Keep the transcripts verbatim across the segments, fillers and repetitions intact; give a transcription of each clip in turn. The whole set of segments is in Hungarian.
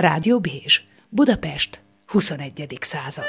Rádió Bézs, Budapest, huszonegyedik század.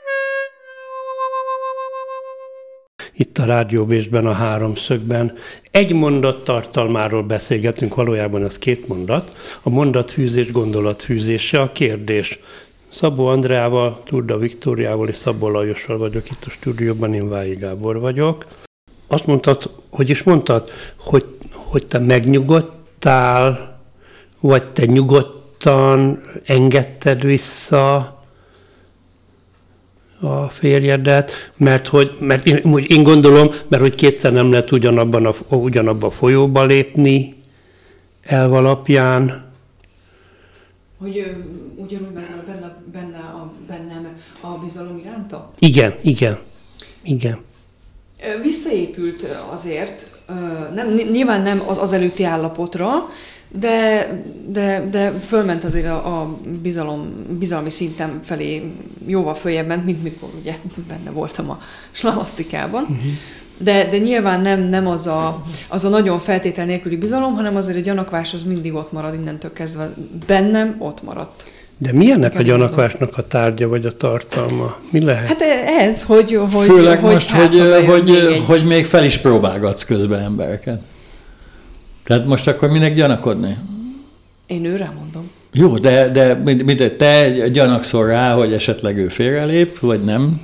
Itt a Rádió Bézsben, a Háromszögben egy mondat tartalmáról beszélgetünk, valójában ez két mondat. A mondatfűzés gondolatfűzése, a kérdés. Szabó Andreával, Turda Viktóriával és Szabó Lajossal vagyok itt a stúdióban, én Vályi Gábor vagyok. Azt mondtad, hogy is mondtad, hogy, hogy te megnyugodtál, vagy te nyugodtan engedted vissza a férjedet, mert hogy, mert én, én gondolom, mert hogy kétszer nem lehet ugyanabban a, ugyanabba a folyóba lépni elv alapján. Hogy ugyanúgy benne, benne, benne a, bennem a bizalom iránta? Igen, igen, igen. Visszaépült azért, nem, nyilván nem az, az előtti állapotra, de, de, de fölment azért a, a bizalom, bizalmi szintem felé jóval följebb ment, mint mikor ugye benne voltam a slamasztikában. Uh-huh. De, de nyilván nem, nem az, a, az a nagyon feltétel nélküli bizalom, hanem azért a gyanakvás az mindig ott marad, innentől kezdve bennem ott maradt. De mi ennek a gyanakvásnak a tárgya vagy a tartalma? Mi lehet? Hát ez, hogy... hogy Főleg hogy most, hát, hogy, hogy, még egy... hogy még fel is próbálgatsz közben embereket. Tehát most akkor minek gyanakodni? Én őre mondom. Jó, de, de mit, te gyanakszol rá, hogy esetleg ő félrelép, vagy nem?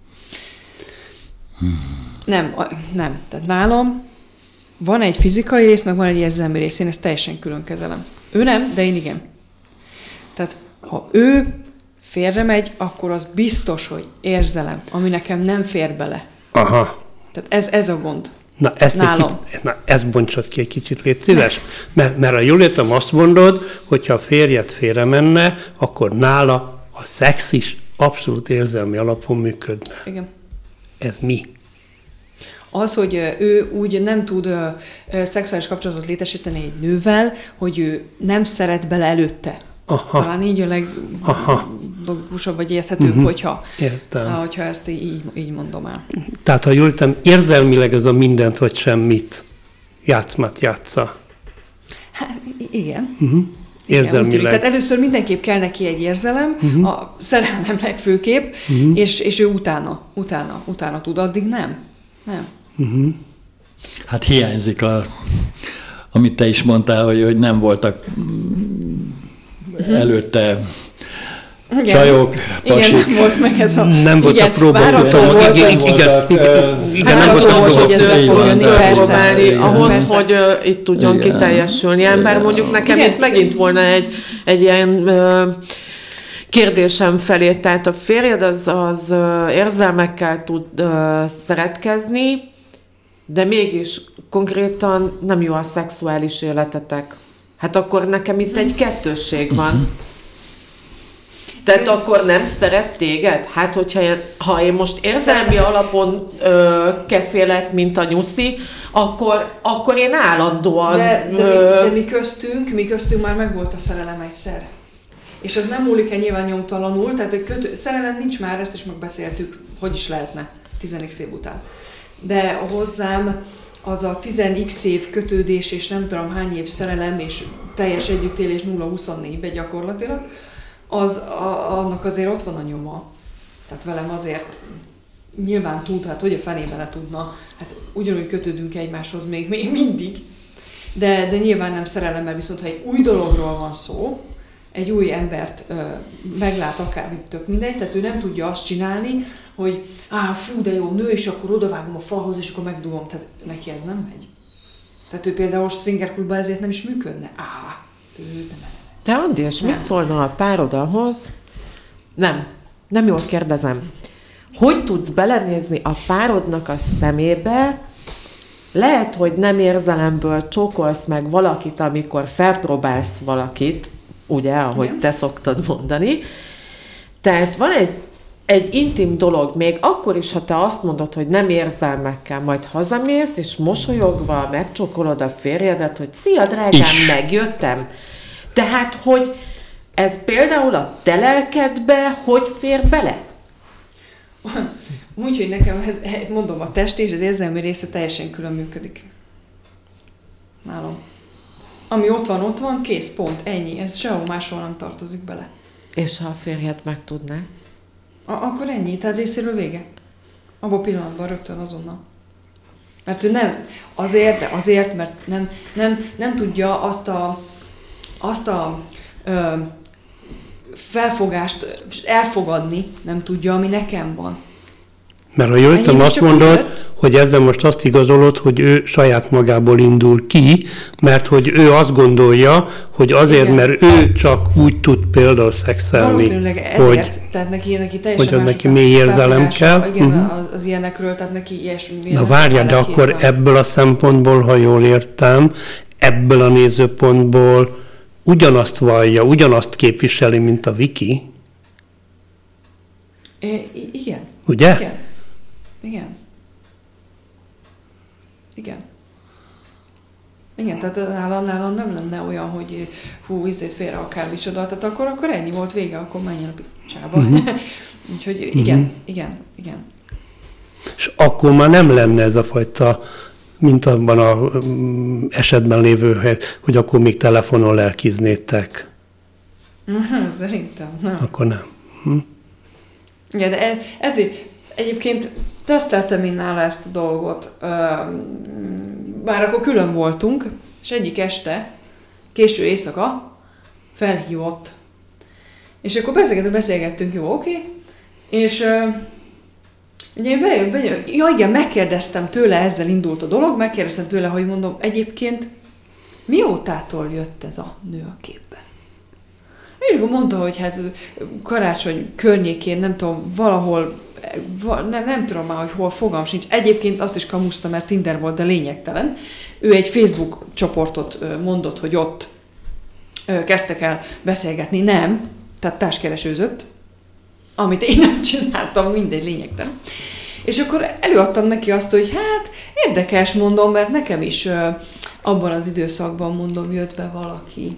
Nem, nem. Tehát nálam van egy fizikai rész, meg van egy érzelmi rész. Én ezt teljesen külön kezelem. Ő nem, de én igen. Tehát ha ő félre megy, akkor az biztos, hogy érzelem, ami nekem nem fér bele. Aha. Tehát ez, ez a gond. Na, ezt, egy kicsit, na, ezt bontsad ki egy kicsit, légy szíves. Mert, mert a jól értem, azt mondod, hogyha a férjed félre menne, akkor nála a szex is abszolút érzelmi alapon működne. Igen. Ez mi? Az, hogy ő úgy nem tud ö, ö, szexuális kapcsolatot létesíteni egy nővel, hogy ő nem szeret bele előtte. Aha. Talán így a leglogikusabb vagy érthetőbb, uh-huh. hogyha, Értem. hogyha ezt így, így mondom el. Tehát, ha jól értem, érzelmileg ez a mindent vagy semmit játszmát játsza. Hát igen. Uh-huh. Érzelmileg. Igen, tehát először mindenképp kell neki egy érzelem, uh-huh. a szerelem legfőképp, uh-huh. és, és ő utána, utána, utána tud, addig nem. Nem. Uh-huh. Hát hiányzik, a, amit te is mondtál, hogy, hogy nem voltak előtte igen. Csajok, pasik. Igen, volt meg ez a... Nem volt a próba. Várható volt, igen, igen, igen, nem volt a hogy ez le fog jönni, persze. Ahhoz, persze. hogy uh, itt tudjon igen. kiteljesülni ember. Mondjuk nekem igen. itt megint volna egy, egy ilyen uh, kérdésem felé. Tehát a férjed az, az uh, érzelmekkel tud uh, szeretkezni, de mégis konkrétan nem jó a szexuális életetek. Hát akkor nekem itt egy kettősség van. Tehát akkor nem szeret téged? Hát, hogyha én, ha én most érzelmi alapon ö, kefélek, mint a nyuszi, akkor, akkor én állandóan... De, de, ö... mi, de mi köztünk, mi köztünk már megvolt a szerelem egyszer. És az nem múlik el nyilván nyomtalanul, tehát a kötő, szerelem nincs már, ezt is megbeszéltük, hogy is lehetne tizenik év után. De hozzám az a tíz x év kötődés, és nem tudom hány év szerelem, és teljes együttélés nulla huszonnégyben gyakorlatilag, az, a, annak azért ott van a nyoma. Tehát velem azért nyilván tud, hát hogy a fenébe ne tudna, hát ugyanúgy kötődünk egymáshoz még, még mindig. De, de nyilván nem szerelemmel, viszont ha egy új dologról van szó, egy új embert ö, meglát akár, tök mindegy, tehát ő nem tudja azt csinálni, hogy á, fú, de jó nő, és akkor odavágom a falhoz, és akkor megdugom. Tehát neki ez nem megy. Tehát ő például swingerklubban ezért nem is működne. Á, ő nem. Te Andi, és mit szólna a párod ahhoz? Nem, nem jól kérdezem. Hogy tudsz belenézni a párodnak a szemébe? Lehet, hogy nem érzelemből csókolsz meg valakit, amikor felpróbálsz valakit, ugye, ahogy igen. te szoktad mondani. Tehát van egy, egy intim dolog, még akkor is, ha te azt mondod, hogy nem érzelmekkel, majd hazamész, és mosolyogva megcsókolod a férjedet, hogy szia, drágám, is. megjöttem. Tehát, hogy ez például a te lelkedbe hogy fér bele? Úgyhogy nekem, ez, mondom, a test és az érzelmi része teljesen külön működik. Nálam. Ami ott van, ott van, kész, pont, ennyi. Ez sehol máshol nem tartozik bele. És ha a férjed megtudná? A- akkor ennyi, tehát részéről vége. Abban a pillanatban rögtön azonnal. Mert ő nem, azért, de azért, mert nem, nem, nem tudja azt a, azt a ö, felfogást elfogadni, nem tudja, ami nekem van. Mert ha jól Ennyi, értem, most azt csak mondod, jött. hogy ezzel most azt igazolod, hogy ő saját magából indul ki, mert hogy ő azt gondolja, hogy azért, Igen. mert ő csak úgy tud például szexelni, Valószínűleg ezért, hogy, tehát neki, neki teljesen hogy más neki a mély érzelem felfogása, kell. Igen, Uh-huh. az, az ilyenekről, tehát neki ilyesmi. Na várjál, de akkor ebből a szempontból, ha jól értem, ebből a nézőpontból ugyanazt vallja, ugyanazt képviseli, mint a Viki, I- igen. ugye? Igen. Igen. Igen. Igen, tehát nálam, nálam nem lenne olyan, hogy hú, izé félre akármicsoda, tehát akkor, akkor ennyi volt vége, akkor menjen a picsába. Uh-huh. Úgyhogy igen, uh-huh. igen, igen. És akkor már nem lenne ez a fajta, mint abban a mm, esetben lévő hely, hogy akkor még telefonon lelkiznétek. Szerintem nem. Akkor nem. Hm? Igen, de ez, ezért egyébként teszteltem én nála ezt a dolgot. Bár akkor külön voltunk, és egyik este, késő éjszaka felhívott. És akkor beszélgettünk, beszélgettünk, jó, oké. Okay. És uh, ugye én bejön, bejön, ja igen, megkérdeztem tőle, ezzel indult a dolog, megkérdeztem tőle, hogy mondom, egyébként miótától jött ez a nő a képbe? És akkor mondta, hogy hát karácsony környékén, nem tudom, valahol, nem, nem tudom már, hogy hol, fogalmam sincs. Egyébként azt is kamuszta, mert Tinder volt, de lényegtelen. Ő egy Facebook csoportot mondott, hogy ott kezdtek el beszélgetni. Nem, tehát társkeresőzött, amit én nem csináltam, mindegy, lényegtelen. És akkor előadtam neki azt, hogy hát érdekes, mondom, mert nekem is abban az időszakban, mondom, jött be valaki.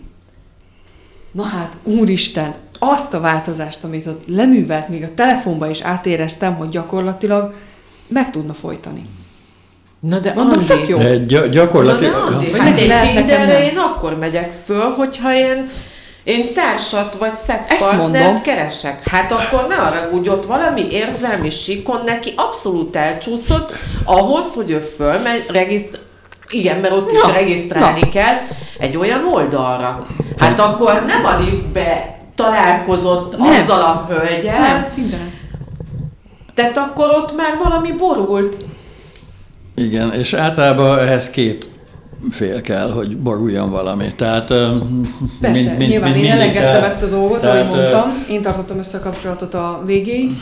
Na hát, úristen, azt a változást, amit ott leművelt, még a telefonban is átéreztem, hogy gyakorlatilag meg tudna folytani. Na de Mondom, Andi, tök jó. De gy- gyakorlatilag... Na de Andi, Hogy hát neki egy lehet, nekem Tinderre nem. én akkor megyek föl, hogyha én, én társat vagy Ezt szexpartnert mondom. keresek. Hát akkor ne haragudj, ott valami érzelmi síkon neki abszolút elcsúszott ahhoz, hogy ő fölmegy, regiszt... Igen, mert ott is Na, regisztrálni na. kell egy olyan oldalra. Hát akkor nem a liftbe találkozott Nem. azzal a hölgyel, Nem, Tinderen. tehát akkor ott már valami borult. Igen, és általában ehhez két fél kell, hogy boruljon valami. Tehát, Persze, mint, mint, nyilván mint én mindig, elengedtem tehát- ezt a dolgot, tehát, ahogy mondtam. Én tartottam össze a kapcsolatot a végéig.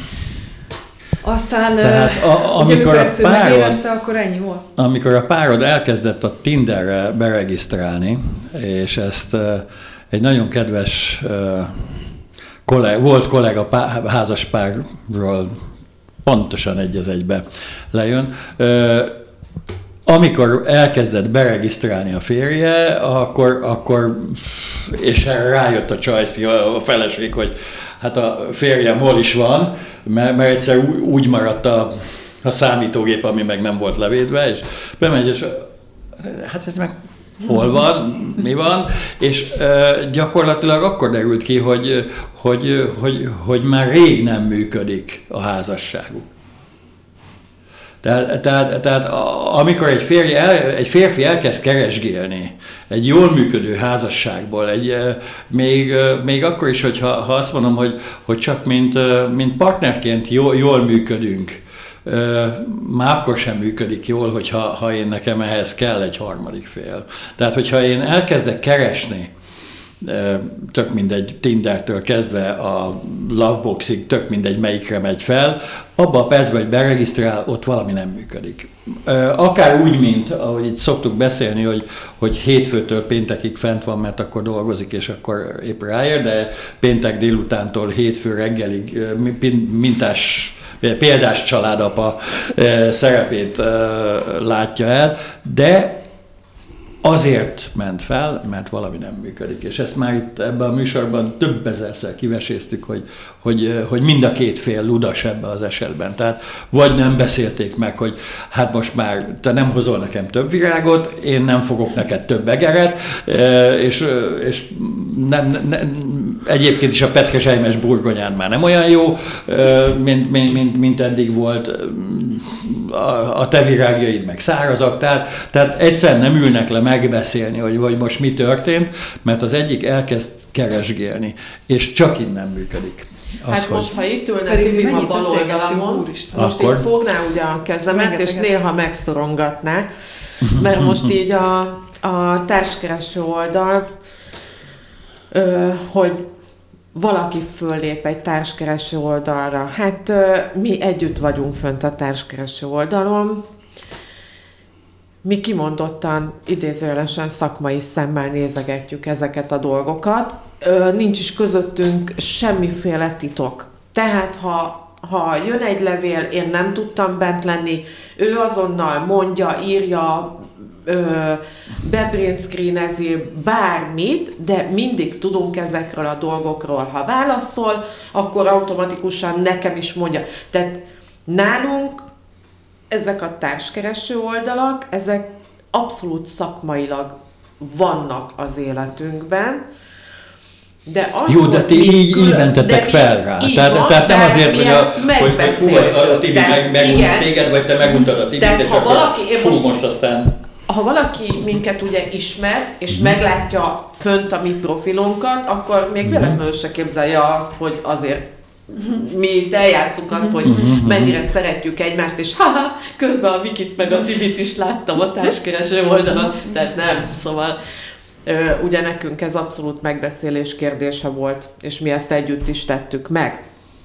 Aztán, Tehát a- ugye, amikor amikor a ezt ő párod- megérezte, akkor ennyi volt. Amikor a párod elkezdett a Tinderre beregisztrálni, és ezt eh, egy nagyon kedves eh, kollega, volt kollega pá, házas párról pontosan egy az egybe lejön, eh, amikor elkezdett beregisztrálni a férje, akkor, akkor és erre rájött a csajszi, a feleség, hogy hát a férjem hol is van, mert, mert egyszer úgy maradt a, a számítógép, ami meg nem volt levédve, és bemegy, és hát ez meg hol van, mi van, és e, gyakorlatilag akkor derült ki, hogy, hogy, hogy, hogy már rég nem működik a házasságuk. Tehát, tehát, tehát amikor egy férfi, el, egy férfi elkezd keresgélni egy jól működő házasságból, egy, még, még akkor is, hogyha ha azt mondom, hogy, hogy csak mint, mint partnerként jól, jól működünk, már akkor sem működik jól, hogyha ha én nekem ehhez kell egy harmadik fél. Tehát, hogyha én elkezdek keresni, tök mindegy, Tindertől kezdve a Loveboxig, tök mindegy, melyikre megy fel, abban a percben, hogy beregisztrál, ott valami nem működik. Akár úgy, mint ahogy itt szoktuk beszélni, hogy, hogy hétfőtől péntekig fent van, mert akkor dolgozik, és akkor épp ráér, de péntek délutántól hétfő reggelig mintás, példás családapa szerepét látja el, de azért ment fel, mert valami nem működik. És ezt már itt ebben a műsorban több ezerszer kiveséztük, hogy, hogy, hogy mind a két fél ludas ebben az esetben. Tehát vagy nem beszélték meg, hogy hát most már te nem hozol nekem több virágot, én nem fogok neked több egeret, és, és nem, nem, egyébként is a petrezselymes burgonyád már nem olyan jó, mint, mint, mint, mint eddig volt, a, a te virágjaid meg szárazak, tehát, tehát egyszer nem ülnek le megbeszélni, hogy, hogy most mi történt, mert az egyik elkezd keresgélni, és csak innen működik. Az, hát hogy... most, ha itt ülne Tibi a bal oldalamon, most akkor... így fogná ugye a kezemet, rengeteget. És néha megszorongatná, mert most így a, a társkereső oldal, ö, hogy valaki föllép egy társkereső oldalra. Hát ö, mi együtt vagyunk fönt a társkereső oldalon, mi kimondottan, idézőjelesen szakmai szemmel nézegetjük ezeket a dolgokat. Ö, nincs is közöttünk semmiféle titok. Tehát, ha, ha jön egy levél, én nem tudtam bent lenni, ő azonnal mondja, írja, ö, beprint screenezi bármit, de mindig tudunk ezekről a dolgokról. Ha válaszol, akkor automatikusan nekem is mondja. Tehát nálunk ezek a társkereső oldalak, ezek abszolút szakmailag vannak az életünkben, de az, jó, de ti így, így mentettek fel rá. Így tehát, van, tehát nem azért, hogy a, hogy, hogy a, a Tibi meg, megunt téged, vagy te meguntad a Tibit, tehát, és ha akkor valaki, fú, most, most aztán... Ha valaki minket ugye ismer, és mm. meglátja fönt a mi profilunkat, akkor még mm. véletlenül se képzelje azt, hogy azért mi itt eljátszunk azt, hogy mennyire szeretjük egymást, és haha, közben a Vikit meg a Tibit is láttam a társkereső oldalon, tehát nem, szóval ugye nekünk ez abszolút megbeszélés kérdése volt, és mi ezt együtt is tettük meg.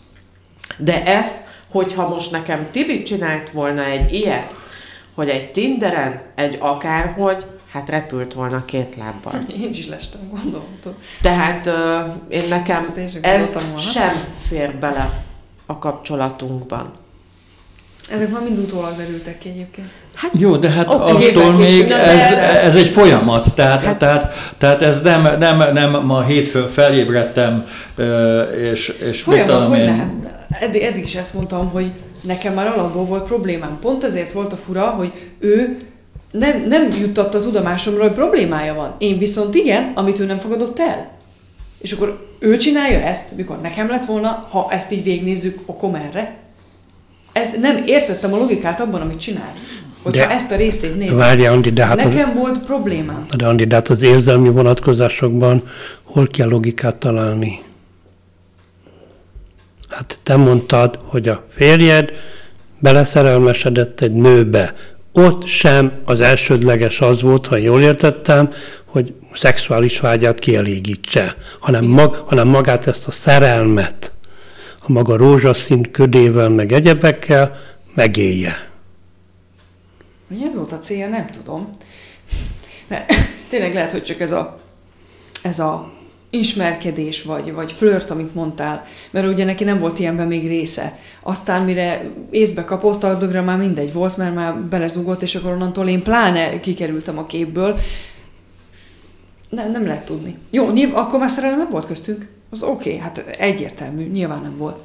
De ez, hogyha most nekem Tibi csinált volna egy ilyet, hogy egy Tinderen, egy akárhogy, hát repült volna két lábbal. Én is lestem, gondoltam. Tehát uh, én nekem ez sem fér bele a kapcsolatunkban. Ezek már mind utólag derültek ki egyébként. Hát, jó, de hát okay, attól még ez, ez, ez egy folyamat, tehát, hát, tehát, tehát ez nem, nem, nem ma hétfőn felébredtem, és, és folyamat, hogy én... ne? Eddig, eddig is ezt mondtam, hogy nekem már alapból volt problémám. Pont ezért volt a fura, hogy ő nem, nem juttatta tudomásomra, hogy problémája van. Én viszont igen, amit ő nem fogadott el. És akkor ő csinálja ezt, mikor nekem lett volna, ha ezt így végignézzük, okom erre. Ez, nem értettem a logikát abban, amit csinál. Hogyha de, ezt a részét nézem. Várja, Andi, de hát nekem az, volt problémám. De Andi, de hát az érzelmi vonatkozásokban hol kell logikát találni? Hát te mondtad, hogy a férjed beleszerelmesedett egy nőbe. Ott sem az elsődleges az volt, ha jól értettem, hogy szexuális vágyát kielégítse, hanem, mag, hanem magát ezt a szerelmet, a maga rózsaszín ködével, meg egyebekkel megélje. Hogy ez volt a célja, nem tudom. Ne, tényleg lehet, hogy csak ez a, ez a ismerkedés, vagy, vagy flört, amit mondtál, mert ugye neki nem volt ilyenben még része. Aztán mire észbe kapott, addigra már mindegy volt, mert már belezugott, és akkor onnantól én pláne kikerültem a képből. Nem, nem lehet tudni. Jó, nyilv, akkor már szerelem nem volt köztünk. Az oké, okay, hát egyértelmű, nyilván nem volt.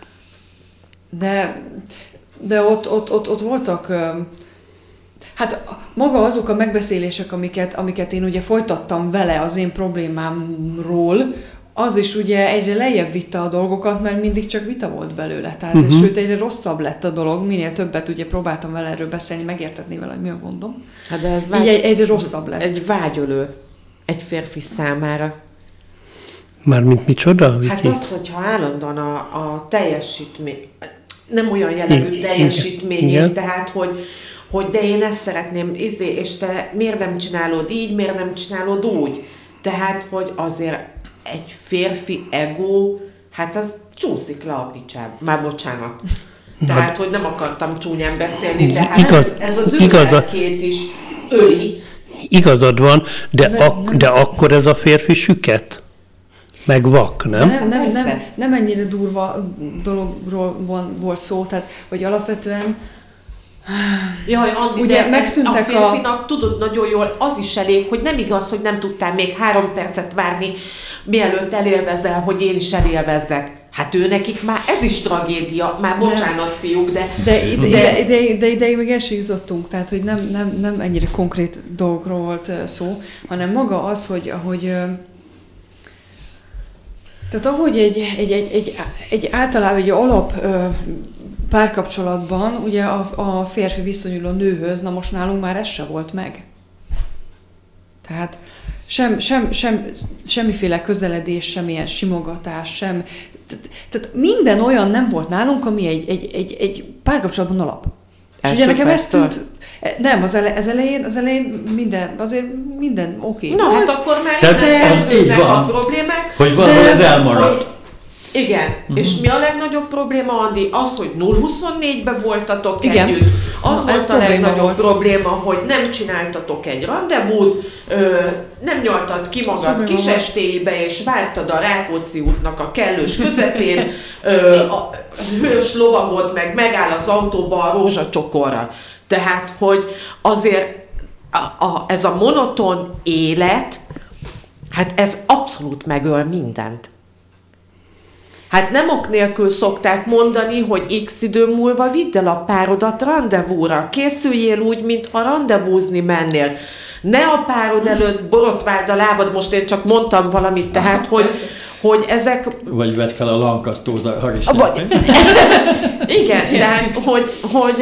De, de ott, ott, ott, ott voltak... Hát maga azok a megbeszélések, amiket, amiket én ugye folytattam vele az én problémámról, az is ugye egyre lejjebb vitte a dolgokat, mert mindig csak vita volt belőle. Tehát uh-huh. ez, sőt, egyre rosszabb lett a dolog, minél többet ugye próbáltam vele erről beszélni, megértetni vele, hogy mi a gondom. Hát de ez vágy... Így egy, egyre rosszabb lett. Egy vágyölő egy férfi számára. Mármint micsoda, Viki? Hát az, hogyha állandóan a, a teljesítmény, nem olyan jellegű I- teljesítményét, tehát, hogy hogy de én ezt szeretném, izé, és te miért nem csinálod így, miért nem csinálod úgy. Tehát, hogy azért egy férfi ego, hát az csúszik le a picsába. Már bocsánat. Tehát, hát, hogy nem akartam csúnyán beszélni, de hát igaz, ez, ez az ő lelkét is öli. Igazad van, de, nem, ak- nem. de akkor ez a férfi süket? Meg vak, nem? Nem, nem, nem, nem ennyire durva dologról van, volt szó, tehát, hogy alapvetően Jaj, Andi, Ugye de megszűntek a férfinak, a... tudod nagyon jól, az is elég, hogy nem igaz, hogy nem tudtál még három percet várni, mielőtt elélvezel, hogy én is elélvezzek. Hát ő nekik már ez is tragédia, már bocsánat, fiúk, de... De, de, de, de, de ideig még el sem jutottunk, tehát hogy nem, nem, nem ennyire konkrét dolgokról volt szó, hanem maga az, hogy ahogy... Tehát ahogy egy, egy, egy, egy, egy általában egy alap párkapcsolatban ugye a, a férfi viszonyul a nőhöz, na most nálunk már ez se volt meg. Tehát sem, sem, sem, semmiféle közeledés, semmilyen simogatás, sem... Tehát, tehát minden olyan nem volt nálunk, ami egy, egy, egy, egy párkapcsolatban alap. És ugye nekem ez tűnt... Nem, az, ele, az, elején, az elején minden, azért minden oké okay Na, volt. hát akkor már de az így van, a problémák. Hogy valahol ez elmaradt. Hogy, igen, uh-huh. És mi a legnagyobb probléma, Andi? Az, hogy nulla huszonnégyben voltatok igen. együtt. Az Na, volt a legnagyobb volt. probléma, hogy nem csináltatok egy rendezvút, ö, nem nyaltad ki magad kisestéibe, és vártad a Rákóczi útnak a kellős közepén, ö, a hős lovagod meg megáll az autóba a rózsacsokorral. Tehát, hogy azért a, a, ez a monoton élet, hát ez abszolút megöl mindent. Hát nem ok nélkül szokták mondani, hogy x idő múlva vidd el a párodat rendezvúra. Készüljél úgy, mintha rendezvúzni mennél. Ne a párod előtt borotváld a lábad, most én csak mondtam valamit, tehát, hogy, hogy ezek... Vagy vedd fel a Lancaster harisnyát. Vagy... Igen, tehát, hogy... hogy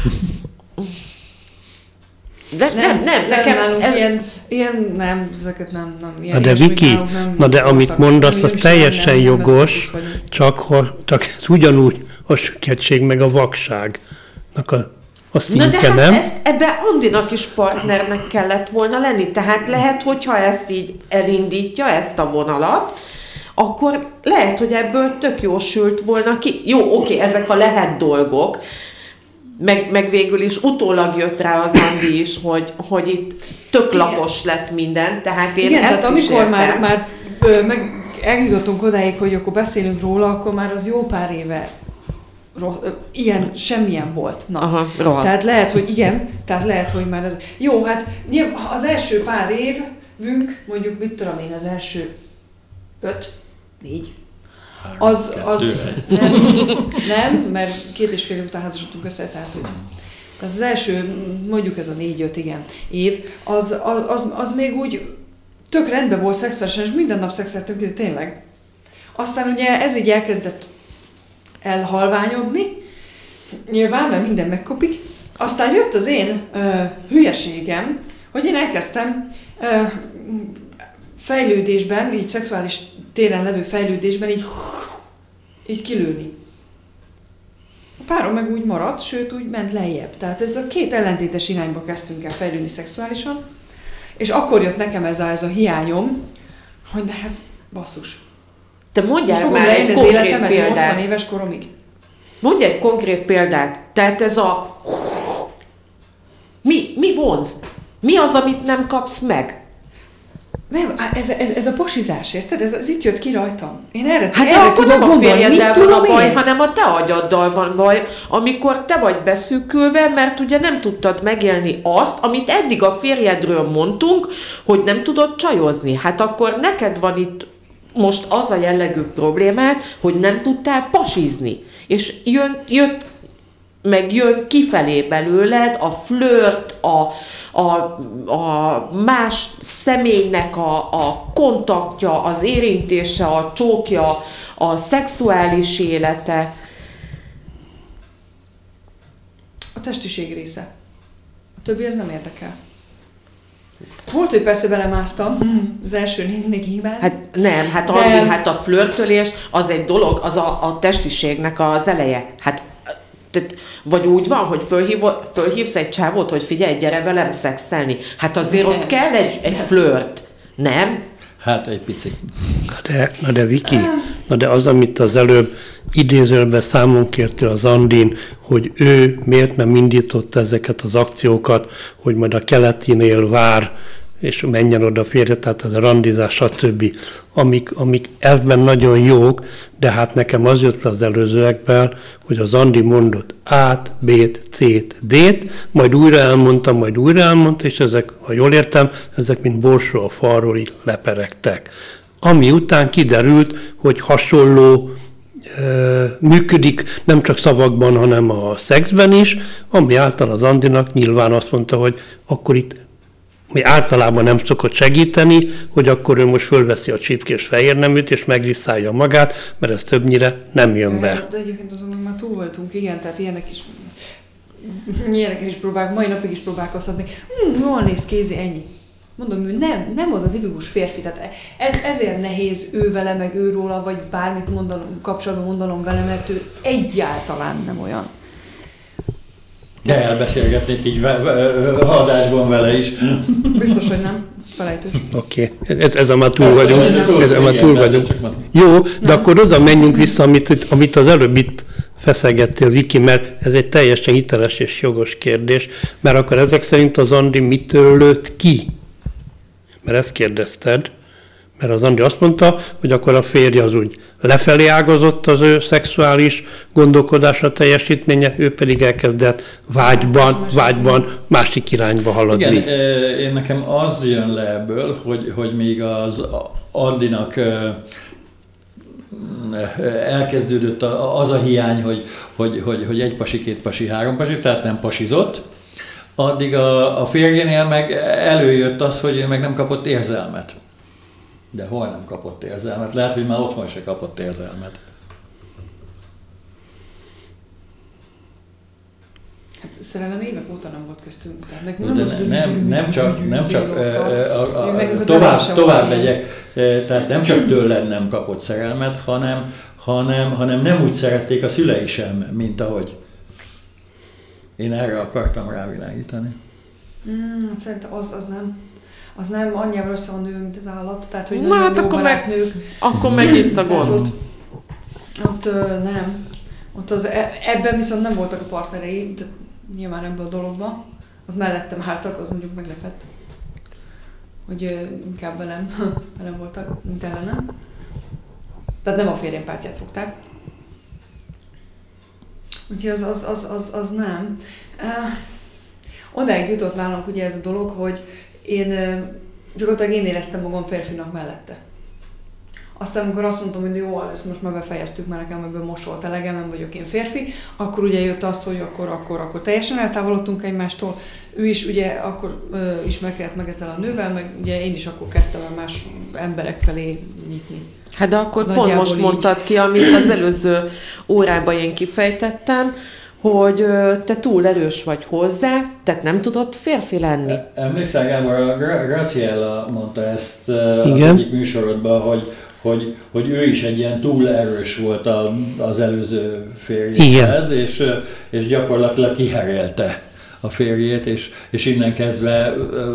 De nem, nem, nem nekem ez... Ilyen, ilyen, nem, ezeket nem, nem. Ilyen na de Viki, nem na de amit mondasz, az teljesen nem, jogos, nem, csak, ha, csak ez ugyanúgy a süketség meg a vakságnak a, a szintje, na de nem? Hát ezt, ebben Andinak is partnernek kellett volna lenni, tehát lehet, hogyha ezt így elindítja, ezt a vonalat, akkor lehet, hogy ebből tök jó sült volna ki. Jó, oké, ezek a lehet dolgok, Meg, meg végül is utólag jött rá az Andi is, hogy, hogy itt tök lapos lett minden, tehát én igen, ezt tehát is amikor értem. már, már ö, meg eljutottunk odáig, hogy akkor beszélünk róla, akkor már az jó pár éve rossz, ö, ilyen, semmilyen volt. Na. Aha, tehát lehet, hogy igen, tehát lehet, hogy már ez... Jó, hát az első pár évünk, mondjuk mit tudom én, az első öt, négy, Az, az nem, nem, mert két és fél év után házasodtunk össze, tehát hogy tehát az első, mondjuk ez a négy-öt, igen, év, az, az, az, az még úgy tök rendben volt szexuálisan, és minden nap szexeltünk, tényleg. Aztán ugye ez így elkezdett elhalványodni, nyilván, mert minden megkopik. Aztán jött az én ö, hülyeségem, hogy én elkezdtem ö, fejlődésben, így szexuális téren levő fejlődésben így, így kilőni. A párom meg úgy maradt, sőt úgy ment lejjebb. Tehát ez a két ellentétes irányba kezdtünk el fejlődni szexuálisan, és akkor jött nekem ez a, ez a hiányom, hogy de hát basszus. Te mondjál már egy konkrét példát. nyolcvan éves koromig. Mondj egy konkrét példát. Tehát ez a... Mi, mi vonz? Mi az, amit nem kapsz meg? Nem, ez, ez, ez a posizás, érted? Ez, ez itt jött ki rajtam. Én erre, hát erre akkor tudom nem a férjeddel van a baj, én? hanem a te agyaddal van baj, amikor te vagy beszűkülve, mert ugye nem tudtad megélni azt, amit eddig a férjedről mondtunk, hogy nem tudod csajozni. Hát akkor neked van itt most az a jellegű problémád, hogy nem tudtál pasizni. És jön, jött, meg jön kifelé belőled a flört, a, a, a más személynek a, a kontaktja, az érintése, a csókja, a szexuális élete. A testiség része. A többi az nem érdekel. Volt, hogy persze belemásztam, az első négy hibáz. Hát nem, hát de... Andi, hát a flörtölés az egy dolog, az a, a testiségnek az eleje. Hát tehát, vagy úgy van, hogy fölhív, fölhívsz egy csávót, hogy figyelj, gyere velem szexelni. Hát azért nem. Ott kell egy, egy flört, nem? Hát egy picit. Na de, na de Viki, na de az, amit az előbb idézőben számon kértél az Andin, hogy ő miért nem indította ezeket az akciókat, hogy majd a keletinél vár és menjen oda férje, tehát az a randizás, stb. Amik, amik elvben nagyon jók, de hát nekem az jött az előzőekben, hogy az Andi mondott A-t, B-t, C-t, D-t, majd újra elmondtam, majd újra elmondta, és ezek, ha jól értem, ezek mint borsó a falról így leperegtek. Ami után kiderült, hogy hasonló ö, működik nem csak szavakban, hanem a szexben is, ami által az Andinak nyilván azt mondta, hogy akkor itt mi általában nem szokott segíteni, hogy akkor ő most fölveszi a csípkés fehérneműt, és megrisszálja magát, mert ez többnyire nem jön be. De egyébként azon már túl voltunk, igen, tehát ilyenek is, ilyenek is próbálják, mai napig is próbálkozhatni. Hm, jól néz kézi, ennyi. Mondom, ő nem, nem az a tipikus férfi, tehát ez, ezért nehéz ő vele, meg ő róla, vagy bármit mondanom, kapcsolatban mondanom vele, mert ő egyáltalán nem olyan. De elbeszélgetnék így adásban vele is. Biztos, hogy nem. Ez felejtős. Oké, okay. ez, ez a már túl Biztos, vagyunk. Ez a már túl vagyunk. Jó, de nem. Akkor oda menjünk vissza, amit, amit az előbb itt feszegettél, Viki, mert ez egy teljesen hiteles és jogos kérdés, mert akkor ezek szerint az Andi mitől lőtt ki? Mert ezt kérdezted, mert az Andi azt mondta, hogy akkor a férje az úgy lefelé ágazott az ő szexuális gondolkodása, teljesítménye, ő pedig elkezdett vágyban, vágyban másik irányba haladni. Igen, én nekem az jön le ebből, hogy, hogy még az Andinak elkezdődött az a hiány, hogy, hogy, hogy, hogy egy pasi, két pasi, három pasi, tehát nem pasizott, addig a, a férjénél meg előjött az, hogy ő meg nem kapott érzelmet. De hol nem kapott érzelmet? Lehet, hogy már otthon se kapott érzelmet. Hát szerelem évek óta nem volt köztünk. Tehát nem, nem, nem, nem csak, nem csak a, a, a, tovább, tovább megyek, tehát nem csak tőled nem kapott szerelmet, hanem, hanem, hanem nem úgy szerették a szülei sem, mint ahogy én erre akartam rávilágítani. Hmm, szerintem az, az nem. Az nem annyival össze van nőve, mint az állat, tehát hogy na, nagyon hát jó akkor barátnők. Meg, akkor meg itt a gond. Ott, ott ö, nem. Ott az, ebben viszont nem voltak a partnerei, de nyilván ebben a dologban. Ott mellettem álltak, az mondjuk meglepett. Hogy ö, inkább velem, velem voltak, mint ellenem. Tehát nem a férjem pártját fogták. Úgyhogy az, az, az, az, az nem. Uh, odáig jutott nálunk ugye ez a dolog, hogy én gyakorlatilag én éreztem magam férfinak mellette. Aztán, amikor azt mondtam, hogy jó, ezt most már befejeztük, mert nekem ebből most volt elegem, nem vagyok én férfi, akkor ugye jött az, hogy akkor, akkor, akkor teljesen eltávolodtunk egymástól. Ő is ugye akkor ö, ismerkedett meg ezzel a nővel, meg ugye én is akkor kezdtem el más emberek felé nyitni. Hát de akkor Nagyjából pont most így. mondtad ki, amit az előző órában én kifejtettem, hogy te túl erős vagy hozzá, tehát nem tudod férfi lenni. Emlékszel, Gábor, a Graciella mondta ezt az igen. egyik műsorodban, hogy, hogy, hogy ő is egy ilyen túl erős volt a, az előző férjéhez, és, és gyakorlatilag kiherélte a férjét, és, és innen kezdve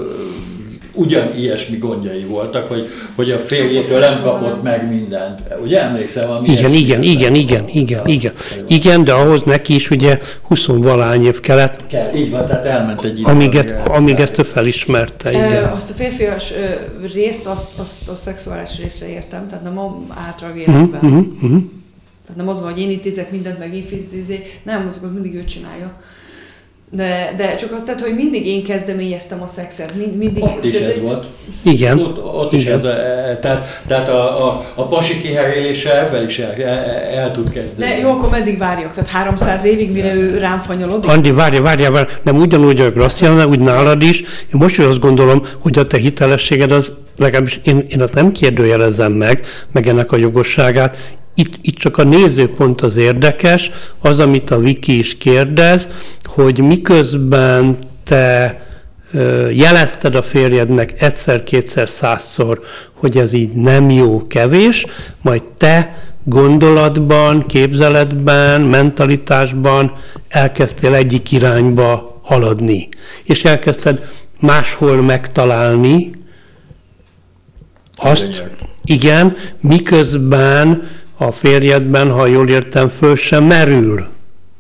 ugyan ilyesmi gondjai voltak, hogy, hogy a férjétől nem kapott meg mindent. Ugye emlékszem? Ami igen, igen, igen, igen, igen, igen. Igen, de ahhoz neki is ugye huszonvalány év kellett. Kell, így van, tehát elment egy idő. Amíg, et, amíg ezt ő felismerte, igen. E, azt a férfias részt, azt, azt a szexuális részre értem, tehát nem a átlag életben. Uh-huh, uh-huh. Tehát nem az van, hogy én intézek mindent, meg én intézek, nem, azokat mindig ő csinálja. De, de csak az, tehát, hogy mindig én kezdeményeztem a szexet. Mind, mindig, ott is de, ez volt. Igen. Ott, ott is igen. ez, tehát, tehát a, a, a pasi kiherélése ebben is el, el, el tud kezdeni. De jó, akkor meddig várjak? Tehát háromszáz évig, mire ő rám fanyalodik? Andi, várja, várja, várja, nem ugyanúgy a Graciella, úgy nálad is. Én most is azt gondolom, hogy a te hitelességed az, legalábbis én, én azt nem kérdőjelezem meg, meg ennek a jogosságát. Itt, itt csak a nézőpont az érdekes, az, amit a Viki is kérdez, hogy miközben te ö, jelezted a férjednek egyszer, kétszer, százszor, hogy ez így nem jó, kevés, majd te gondolatban, képzeletben, mentalitásban elkezdtél egyik irányba haladni. És elkezdted máshol megtalálni azt, igen, miközben a férjedben, ha jól értem, föl sem merül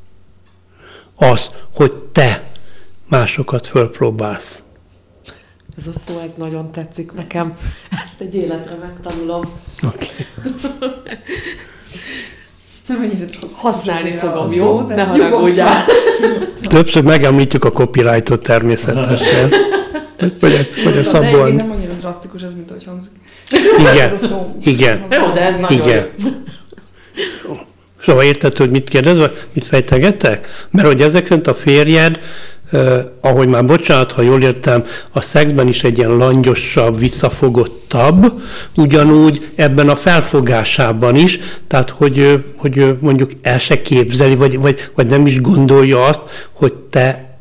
az, hogy te másokat fölpróbálsz. Ez a szó, ez nagyon tetszik nekem. Ezt egy életre megtanulom. Oké. Okay. Nem annyira használni fogom, szó, jó? De ne haragudjál. Többször megemlítjük a copyrightot természetesen. Vagy, vagy a szabon. De nem annyira drasztikus ez, mint ahogy hangzik. Igen. Ez a szó. Igen. Jó, de ez nagyon Igen. Jó. Szóval érted, hogy mit kérdez, mit fejtegetek? Mert hogy ezek szerint a férjed, eh, ahogy már bocsánat, ha jól értem, a szexben is egy ilyen langyosabb, visszafogottabb, ugyanúgy ebben a felfogásában is, tehát hogy, hogy mondjuk el se képzeli, vagy, vagy, vagy nem is gondolja azt, hogy te,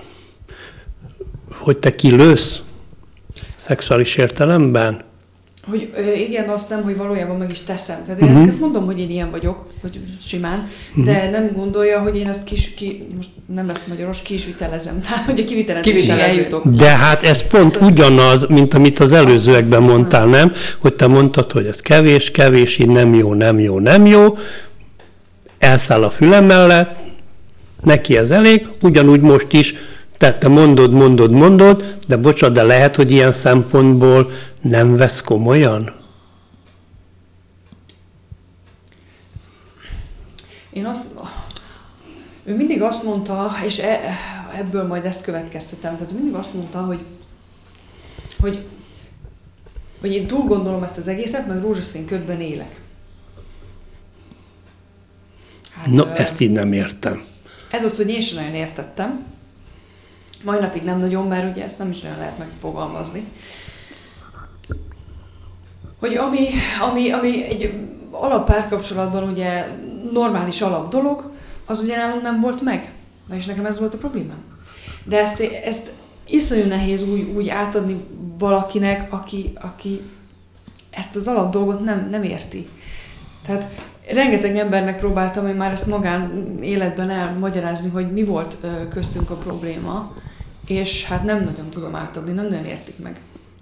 hogy te kilősz szexuális értelemben. Hogy ö, igen, azt nem, hogy valójában meg is teszem. Tehát én Uh-huh. ezeket mondom, hogy én ilyen vagyok, hogy simán, uh-huh. de nem gondolja, hogy én azt kis, ki, most nem lesz magyaros, ki is vitelezem. Tehát, hogy a kivitelezésig eljutok. De hát ez pont az, ugyanaz, mint amit az előzőekben azt, azt mondtál, nem? Hogy te mondtad, hogy ez kevés, kevés, így nem jó, nem jó, nem jó, elszáll a fülem mellett, neki ez elég, ugyanúgy most is, tehát te mondod, mondod, mondod, de bocsánat, de lehet, hogy ilyen szempontból nem vesz komolyan? Én azt, ő mindig azt mondta, és e, ebből majd ezt következtetem, tehát ő mindig azt mondta, hogy, hogy, hogy én túl gondolom ezt az egészet, meg rózsaszín ködben élek. Hát, No, ö, ezt így nem értem. Ez az, hogy én sem nagyon értettem. Mai napig nem nagyon, mert ugye ezt nem is nagyon lehet megfogalmazni. Hogy ami, ami, ami egy alappárkapcsolatban ugye normális alap dolog, az ugye nálunk nem volt meg. Na és nekem ez volt a problémám. De ezt, ezt iszonyú nehéz úgy, úgy átadni valakinek, aki, aki ezt az alap dolgot nem, nem érti. Tehát rengeteg embernek próbáltam én már ezt magán életben elmagyarázni, hogy mi volt köztünk a probléma, és hát nem nagyon tudom átadni, nem nagyon értik meg.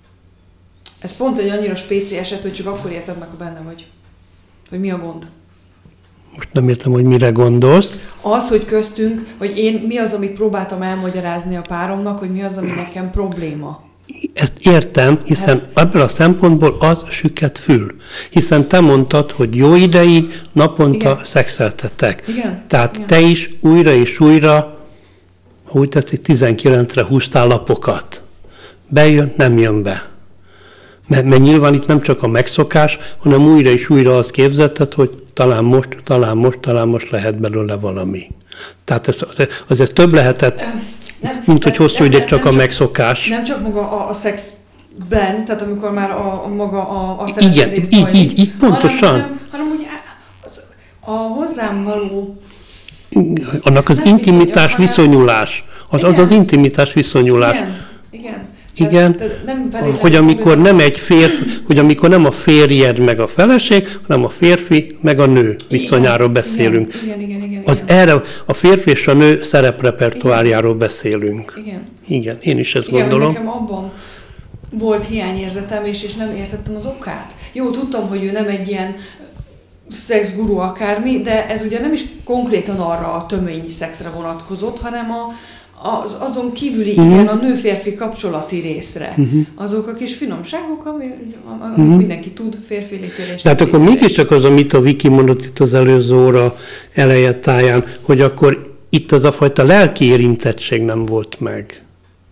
Ez pont egy annyira spéci eset, hogy csak akkor érted meg, ha benne vagy. Hogy mi a gond. Most nem értem, hogy mire gondolsz. Az, hogy köztünk, hogy én mi az, amit próbáltam elmagyarázni a páromnak, hogy mi az, ami nekem probléma. Ezt értem, hiszen ebből a szempontból az süket fül. Hiszen te mondtad, hogy jó ideig naponta Igen. szexeltetek. Igen. Tehát Igen. te is újra és újra, ha úgy tetszik, tizenkilencre húztál lapokat. Bejön, nem jön be. Mert, mert nyilván itt nem csak a megszokás, hanem újra és újra azt képzelted, hogy talán most, talán most, talán most lehet belőle valami. Tehát ez, az, azért több lehetett, Nem, mint hogy hosszú ideig csak nem a megszokás. Nem csak maga a, a szexben, tehát amikor már a, a maga a, a Igen, szeretet így, így, így, pontosan. Hanem, hanem, hanem úgy az, a hozzám való... Annak az Nem intimitás viszonyok, viszonyulás. Az, az az intimitás viszonyulás. Igen, igen. Igen, Tehát, tehát nem feltétlenül hogy amikor probléma. nem egy férfi, hogy amikor nem a férjed meg a feleség, hanem a férfi meg a nő viszonyáról beszélünk. Igen, igen, igen. igen, Az igen. erre a férfi és a nő szereprepertoárjáról beszélünk. Igen. Igen, én is ezt Igen, gondolom. hogy nekem abban volt hiányérzetem, és, és nem értettem az okát. Jó, tudtam, hogy ő nem egy ilyen szexguru akármi, de ez ugye nem is konkrétan arra a töményi szexre vonatkozott, hanem a, az, azon kívüli, uh-huh. igen, a nő-férfi kapcsolati részre. Uh-huh. Azok a kis finomságok, ami, amit uh-huh. mindenki tud, férfi létére. Tehát akkor mégiscsak az, amit a Viki mondott itt az előző óra eleje táján, hogy akkor itt az a fajta lelki érintettség nem volt meg.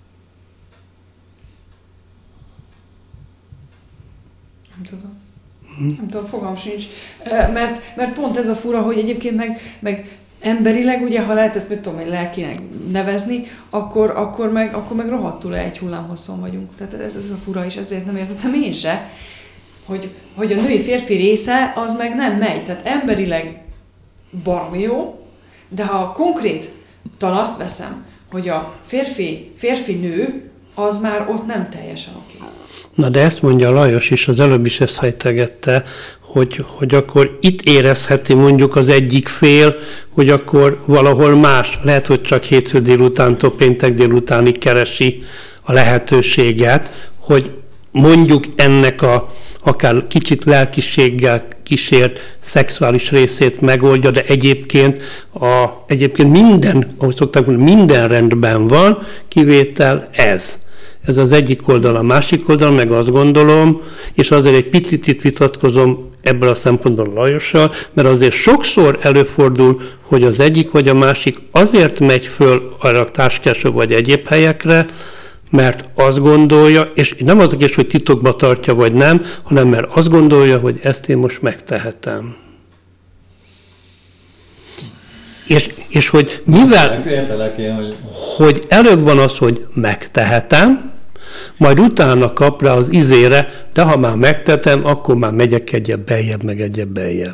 Nem tudom. Hmm. Nem tudom, fogalm sincs. Mert, mert pont ez a fura, hogy egyébként meg, meg emberileg, ugye, ha lehet ezt, mit tudom én, lelkinek nevezni, akkor, akkor, meg, akkor meg rohadtul egy hullámhosszon vagyunk. Tehát ez, ez a fura, és ezért nem értettem én se, hogy, hogy a női-férfi része az meg nem megy. Tehát emberileg baromi jó, de ha konkrétan azt veszem, hogy a férfi, férfi-nő, az már ott nem teljesen oké. Na de ezt mondja Lajos is, az előbb is ezt fejtegette, hogy, hogy akkor itt érezheti mondjuk az egyik fél, hogy akkor valahol más, lehet, hogy csak hétfő délutántól péntek délutánig keresi a lehetőséget, hogy mondjuk ennek a akár kicsit lelkiséggel kísért szexuális részét megoldja, de egyébként, a, egyébként minden, ahogy szokták mondani, minden rendben van, kivétel ez. Ez az egyik oldal, a másik oldal, meg azt gondolom, és azért egy picit itt vitatkozom ebből a szempontból Lajossal, mert azért sokszor előfordul, hogy az egyik vagy a másik azért megy föl arra a Táskásra vagy egyéb helyekre, mert azt gondolja, és nem az a kérdés, hogy titokba tartja vagy nem, hanem mert azt gondolja, hogy ezt én most megtehetem. És, és hogy mivel, Értelek én, hogy... hogy előbb van az, hogy megtehetem, majd utána kap rá az izére, de ha már megtetem, akkor már megyek egyebb beljebb, meg egyebb beljebb.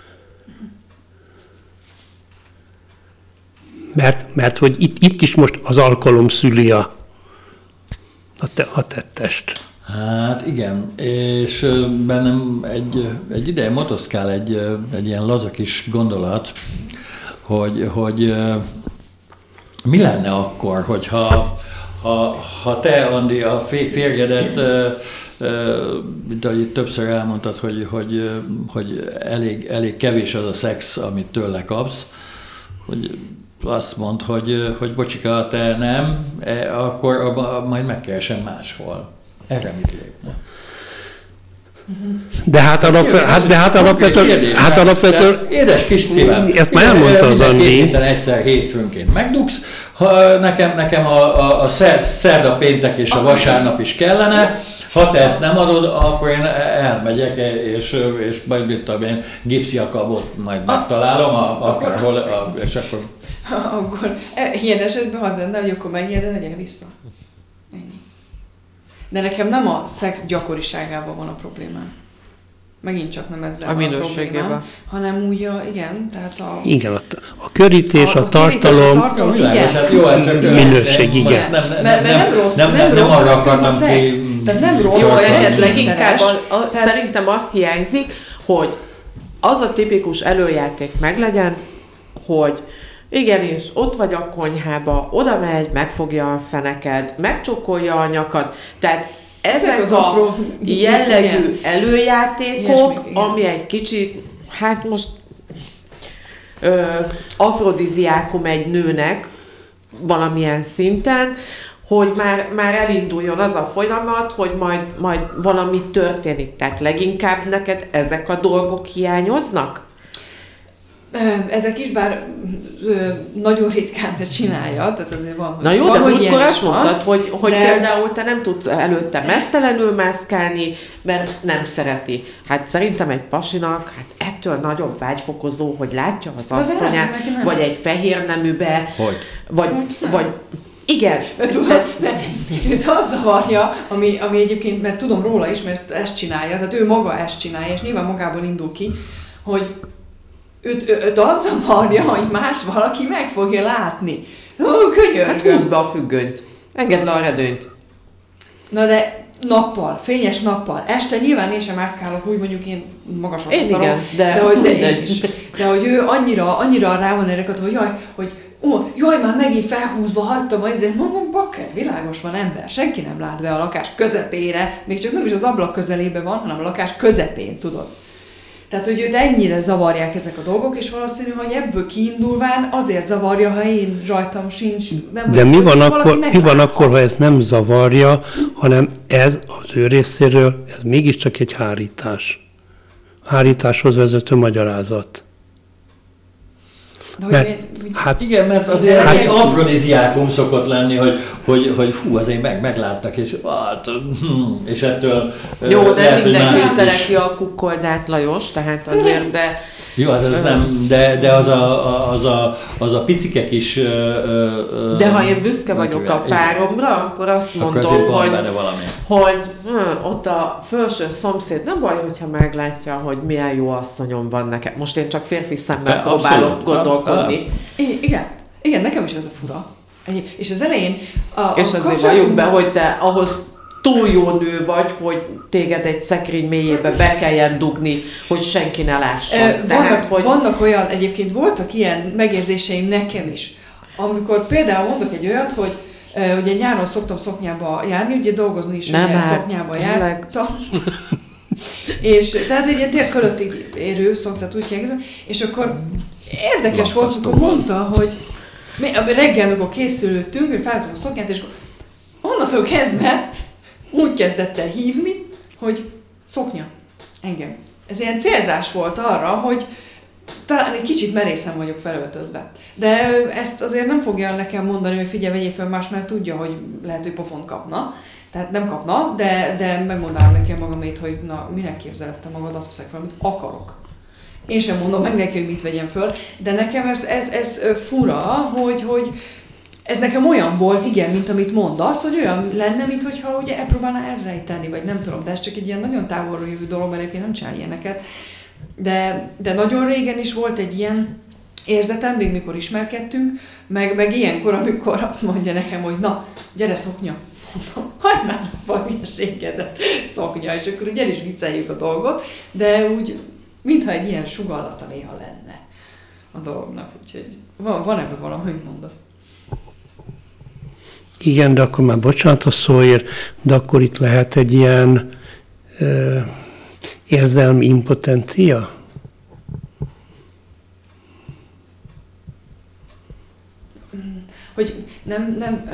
Mert, mert hogy itt, itt is most az alkalom szüli a, a, te, a tettest. Hát igen, és bennem egy, egy ideje motoszkál egy, egy ilyen laza kis gondolat, hogy, hogy mi lenne akkor, hogyha ha, ha te, Andi, a férjedet, mint ahogy többször elmondtad, hogy, hogy, hogy elég, elég kevés az a szex, amit tőle kapsz, hogy azt mondd, hogy, hogy bocsika, te nem, akkor majd megkeresem máshol. Erre mit lépne? De hát alapvetően... Hát, de hát alapvetően... Hát alapvetően... Édes kis szívem. Ezt már elmondta az Andi. Két héten egyszer hétfőnként megdugsz. Ha nekem, nekem a, a, a szerda, péntek és a vasárnap is kellene. Ha te ezt nem adod, akkor én elmegyek, és, és majd mit tudom én, gipsziakabot majd megtalálom, a, akárhol, a, és akkor... Akkor ilyen esetben az lenne, hogy akkor menjél, de ne gyere vissza. Ennyi. De nekem nem a szex gyakoriságában van a problémám. Megint csak nem ezzel a van a problémám, hanem úgy a, igen, tehát a... Igen, a, a körítés, a, a, a tartalom, a tartalom jó, igen. Hát jó, hát csak minőség, igen. Nem, nem, mert, mert nem rossz, nem, nem, nem rossz köztünk a szex. Ki... Tehát nem rossz, jó, hogy neked nem leginkább a, a, tehát... szerintem azt hiányzik, hogy az a tipikus előjáték meglegyen, hogy igenis, ott vagy a konyhába, oda megy, megfogja a feneked, megcsókolja a nyakad. Tehát ezek, ezek a apró, jellegű igen. előjátékok, még, ami egy kicsit, hát most ö, afrodiziákum egy nőnek valamilyen szinten, hogy már, már elinduljon az a folyamat, hogy majd, majd valami történik. Tehát leginkább neked ezek a dolgok hiányoznak? Ezek is, bár ö, nagyon ritkán te csinálja, tehát azért van, hogy na jó, van, de hogy múltkor azt van, mondtad, hogy, hogy de... például te nem tudsz előtte mesztelenül mászkálni, mert nem szereti. Hát szerintem egy pasinak hát ettől nagyobb vágyfokozó, hogy látja az asszonyát, vagy egy fehér neműbe, hogy? vagy, vagy igen. Tudom, de őt az zavarja, ami, ami egyébként, mert tudom róla is, mert ezt csinálja, tehát ő maga ezt csinálja, és nyilván magából indul ki, hogy Őt, őt az zavarja, hogy más valaki meg fogja látni. Ó, könyörgöm. Hát húzd be a függönyt. Engedd le a redőnyt. Na de nappal, fényes nappal. Este nyilván én sem mászkálok, úgy mondjuk én magasan én szarom, igen, de, de, hogy, de, de, én is. De hogy ő annyira, annyira rá van erre katva, hogy jaj, hogy ó, jaj, már megint felhúzva hagytam, azért mondom, bakker, világos van ember, senki nem lát be a lakás közepére, még csak nem is az ablak közelébe van, hanem a lakás közepén, tudod. Tehát, hogy őt ennyire zavarják ezek a dolgok, és valószínű, hogy ebből kiindulván azért zavarja, ha én rajtam sincs. Nem de mi van, akkor, mi van akkor, ha ez nem zavarja, hanem ez az ő részéről, ez mégiscsak egy hárítás. Hárításhoz vezető magyarázat. Mert, én, hát, igen, mert azért hát, egy afrodiziákum szokott lenni, hogy, hogy, hogy fú, azért meg, megláttak, és, hát, és ettől jó, de lehet, mindenki szereti a kukkoldát, Lajos, tehát azért, de... Jó, hát ez nem, de, de az, a, az, a, az a picike kis... De ha én büszke vagyok a páromra, akkor azt mondom, akkor hogy, hogy hm, ott a felső szomszéd, nem baj, hogyha meglátja, hogy milyen jó asszonyom van nekem. Most én csak férfi szemmel próbálok gondolkodni. I- igen, igen, nekem is ez a fura. És az elején... A, a és azért valljuk be, hogy te ahhoz túl jó nő vagy, hogy téged egy szekrény mélyébe be kelljen dugni, hogy senki ne lásson. Vannak, Tehát, hogy... vannak olyan, egyébként voltak ilyen megérzéseim nekem is. Amikor például mondok egy olyat, hogy uh, ugye nyáron szoktam szoknyába járni, ugye dolgozni is ugye szoknyába jártam. És tehát egy ilyen tér fölöttig érő szoktat úgy kell, és akkor érdekes volt, amikor mondta, hogy reggel, amikor készülöttünk, hogy felvettem a szoknyát, és akkor honnan onnantól kezdve úgy kezdett el hívni, hogy szoknya engem. Ez ilyen célzás volt arra, hogy talán egy kicsit merészen vagyok felöltözve. De ezt azért nem fogja nekem mondani, hogy figyelj, vegyél fel más, mert tudja, hogy lehet, hogy pofont kapna. Tehát nem kapna, de, de megmondanám neki magamét, hogy na, minek képzeled te magad, azt veszek fel, amit akarok. Én sem mondom meg neki, hogy mit vegyem föl, de nekem ez, ez, ez fura, hogy, hogy ez nekem olyan volt, igen, mint amit mondasz, hogy olyan lenne, mintha ugye elpróbálná elrejteni, vagy nem tudom, de ez csak egy ilyen nagyon távolról jövő dolog, mert egyébként nem csinál ilyeneket. De, de nagyon régen is volt egy ilyen érzetem, még mikor ismerkedtünk, meg, meg ilyenkor, amikor azt mondja nekem, hogy na, gyere szoknya. Mondom, hagyd már a hülyeségedet, szoknya, és akkor ugye el is vicceljük a dolgot, de úgy, mintha egy ilyen sugallata néha lenne a dolognak, úgyhogy van, van ebben valami, hogy mondasz. Igen, de akkor már bocsánat a szóért, de akkor itt lehet egy ilyen ö, érzelmi impotencia? Hogy nem, nem,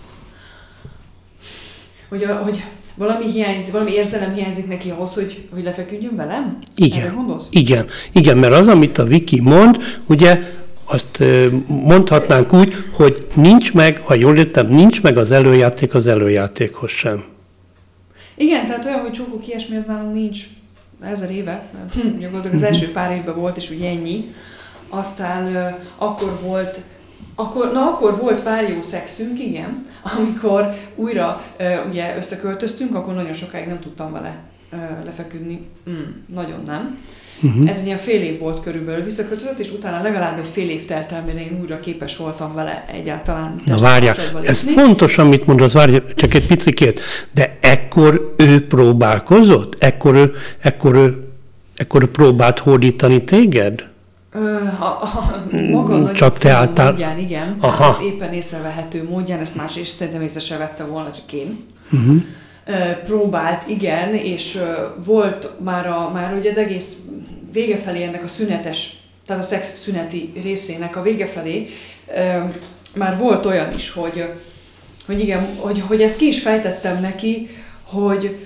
hogy, hogy valami hiányzik, valami érzelem hiányzik neki ahhoz, hogy, hogy lefeküdjön velem? Igen, igen, igen, mert az, amit a Viki mond, ugye azt mondhatnánk úgy, hogy nincs meg, ha jól értem, nincs meg az előjáték az előjátékhoz sem. Igen, tehát olyan, hogy csókok ilyesmi, az nálunk nincs ezer éve. Gyakorlatilag az első pár évben volt, és ugye ennyi. Aztán uh, akkor volt, akkor, na akkor volt pár jó szexünk, igen, amikor újra uh, ugye összeköltöztünk, akkor nagyon sokáig nem tudtam vele uh, lefeküdni. Mm, nagyon nem. Uh-huh. Ez egy ilyen fél év volt körülbelül, visszaköltözött, és utána legalább egy fél év telt el, mire én újra képes voltam vele egyáltalán. Na várjál, ez fontos, amit mondasz, várjál, csak egy picikét, de ekkor ő próbálkozott? Ekkor ő, ekkor ő, ekkor ő próbált hódítani téged? Ö, a, a, maga csak te álltál. Módján, igen, Aha. ez éppen észrevehető módján, ezt más is szerintem észre se vette volna, csak én. Uh-huh. Próbált, igen, és volt már, a, már ugye az egész vége felé ennek a szünetes, tehát a szex szüneti részének a vége felé már volt olyan is, hogy, hogy igen, hogy, hogy ezt ki is fejtettem neki, hogy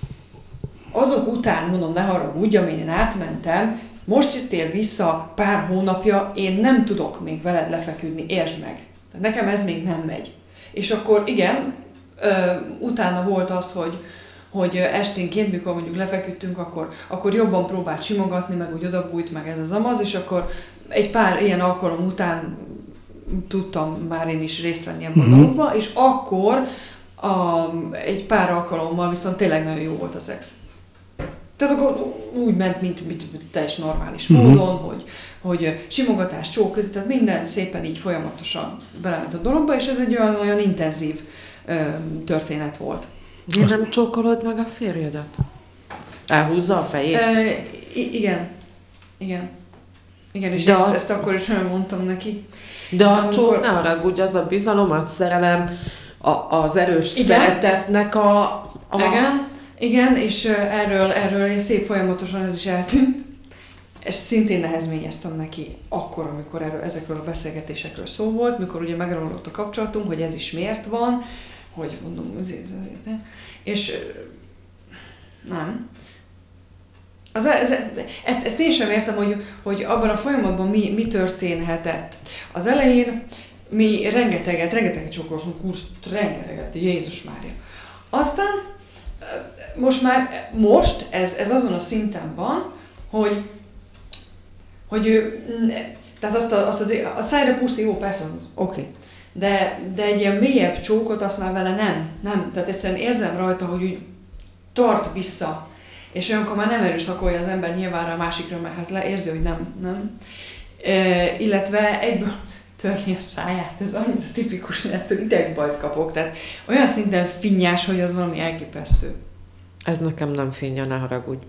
azok után, mondom, ne haragudj, amin én átmentem, most jöttél vissza pár hónapja, én nem tudok még veled lefeküdni, értsd meg. Tehát nekem ez még nem megy. És akkor igen, Ö, utána volt az, hogy, hogy esténként, mikor mondjuk lefeküdtünk, akkor, akkor jobban próbált simogatni, meg úgy odabújt, meg ez az amaz, és akkor egy pár ilyen alkalom után tudtam már én is részt venni ebben a dologba, és akkor a, egy pár alkalommal viszont tényleg nagyon jó volt a szex. Tehát akkor úgy ment, mint, mint, mint teljesen normális uh-huh. módon, hogy, hogy simogatás, csók között, tehát minden szépen így folyamatosan belement a dologba, és ez egy olyan, olyan intenzív ö, történet volt. Miért nem csókolod meg a férjedet? Elhúzza a fejét? E, igen. Igen. Igen, és ezt, a... ezt akkor is olyan mondtam neki. De a amikor... csók, ne haragudj, az a bizalom, a szerelem, a, az erős igen. szeretetnek a... a... Igen, igen, és erről, erről szép folyamatosan ez is eltűnt. És szintén nehezményeztem neki akkor, amikor erről, ezekről a beszélgetésekről szó volt, mikor ugye megromlott a kapcsolatunk, hogy ez is miért van, hogy mondom, ez, ez, ez, és nem. Az, ez, ezt, ezt én sem értem, hogy, hogy abban a folyamatban mi, mi történhetett. Az elején mi rengeteget, rengeteget csókoloztunk, kursz, rengeteget, Jézus Mária. Aztán most már, most ez, ez azon a szinten van, hogy hogy ő, tehát azt, a, azt az, a szájra puszi, jó, persze, oké. Okay. De, de egy ilyen mélyebb csókot azt már vele nem, nem. Tehát egyszerűen érzem rajta, hogy úgy tart vissza. És olyankor már nem erőszakolja az ember nyilvánra a másikra, mert hát le, érzi, hogy nem, nem. E, illetve egyből törni a száját, ez annyira tipikus, hogy ettől idegbajt kapok. Tehát olyan szinten finnyás, hogy az valami elképesztő. Ez nekem nem finnya, ne haragudj.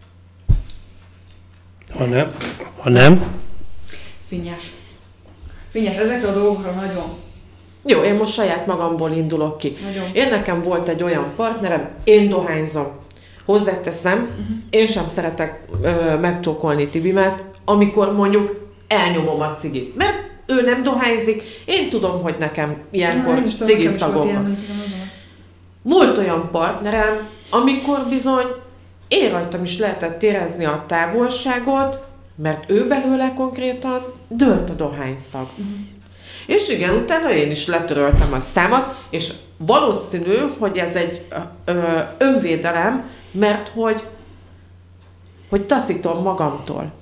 Ha nem? Ha nem? Finnyás. Finnyás, ezekre a dolgokra nagyon. Jó, én most saját magamból indulok ki. Nagyon. Én nekem volt egy olyan partnerem, én dohányzom. Hozzáteszem, uh-huh. én sem szeretek ö, megcsókolni Tibimet, amikor mondjuk elnyomom a cigit. Mert ő nem dohányzik, én tudom, hogy nekem ilyenkor Na, cigi szagom van. Volt olyan partnerem, amikor bizony én rajtam is lehetett érezni a távolságot, mert ő belőle konkrétan dőlt a dohányszag. Uh-huh. És igen, utána én is letöröltem a számat, és valószínű, hogy ez egy ö, önvédelem, mert hogy, hogy taszítom magamtól.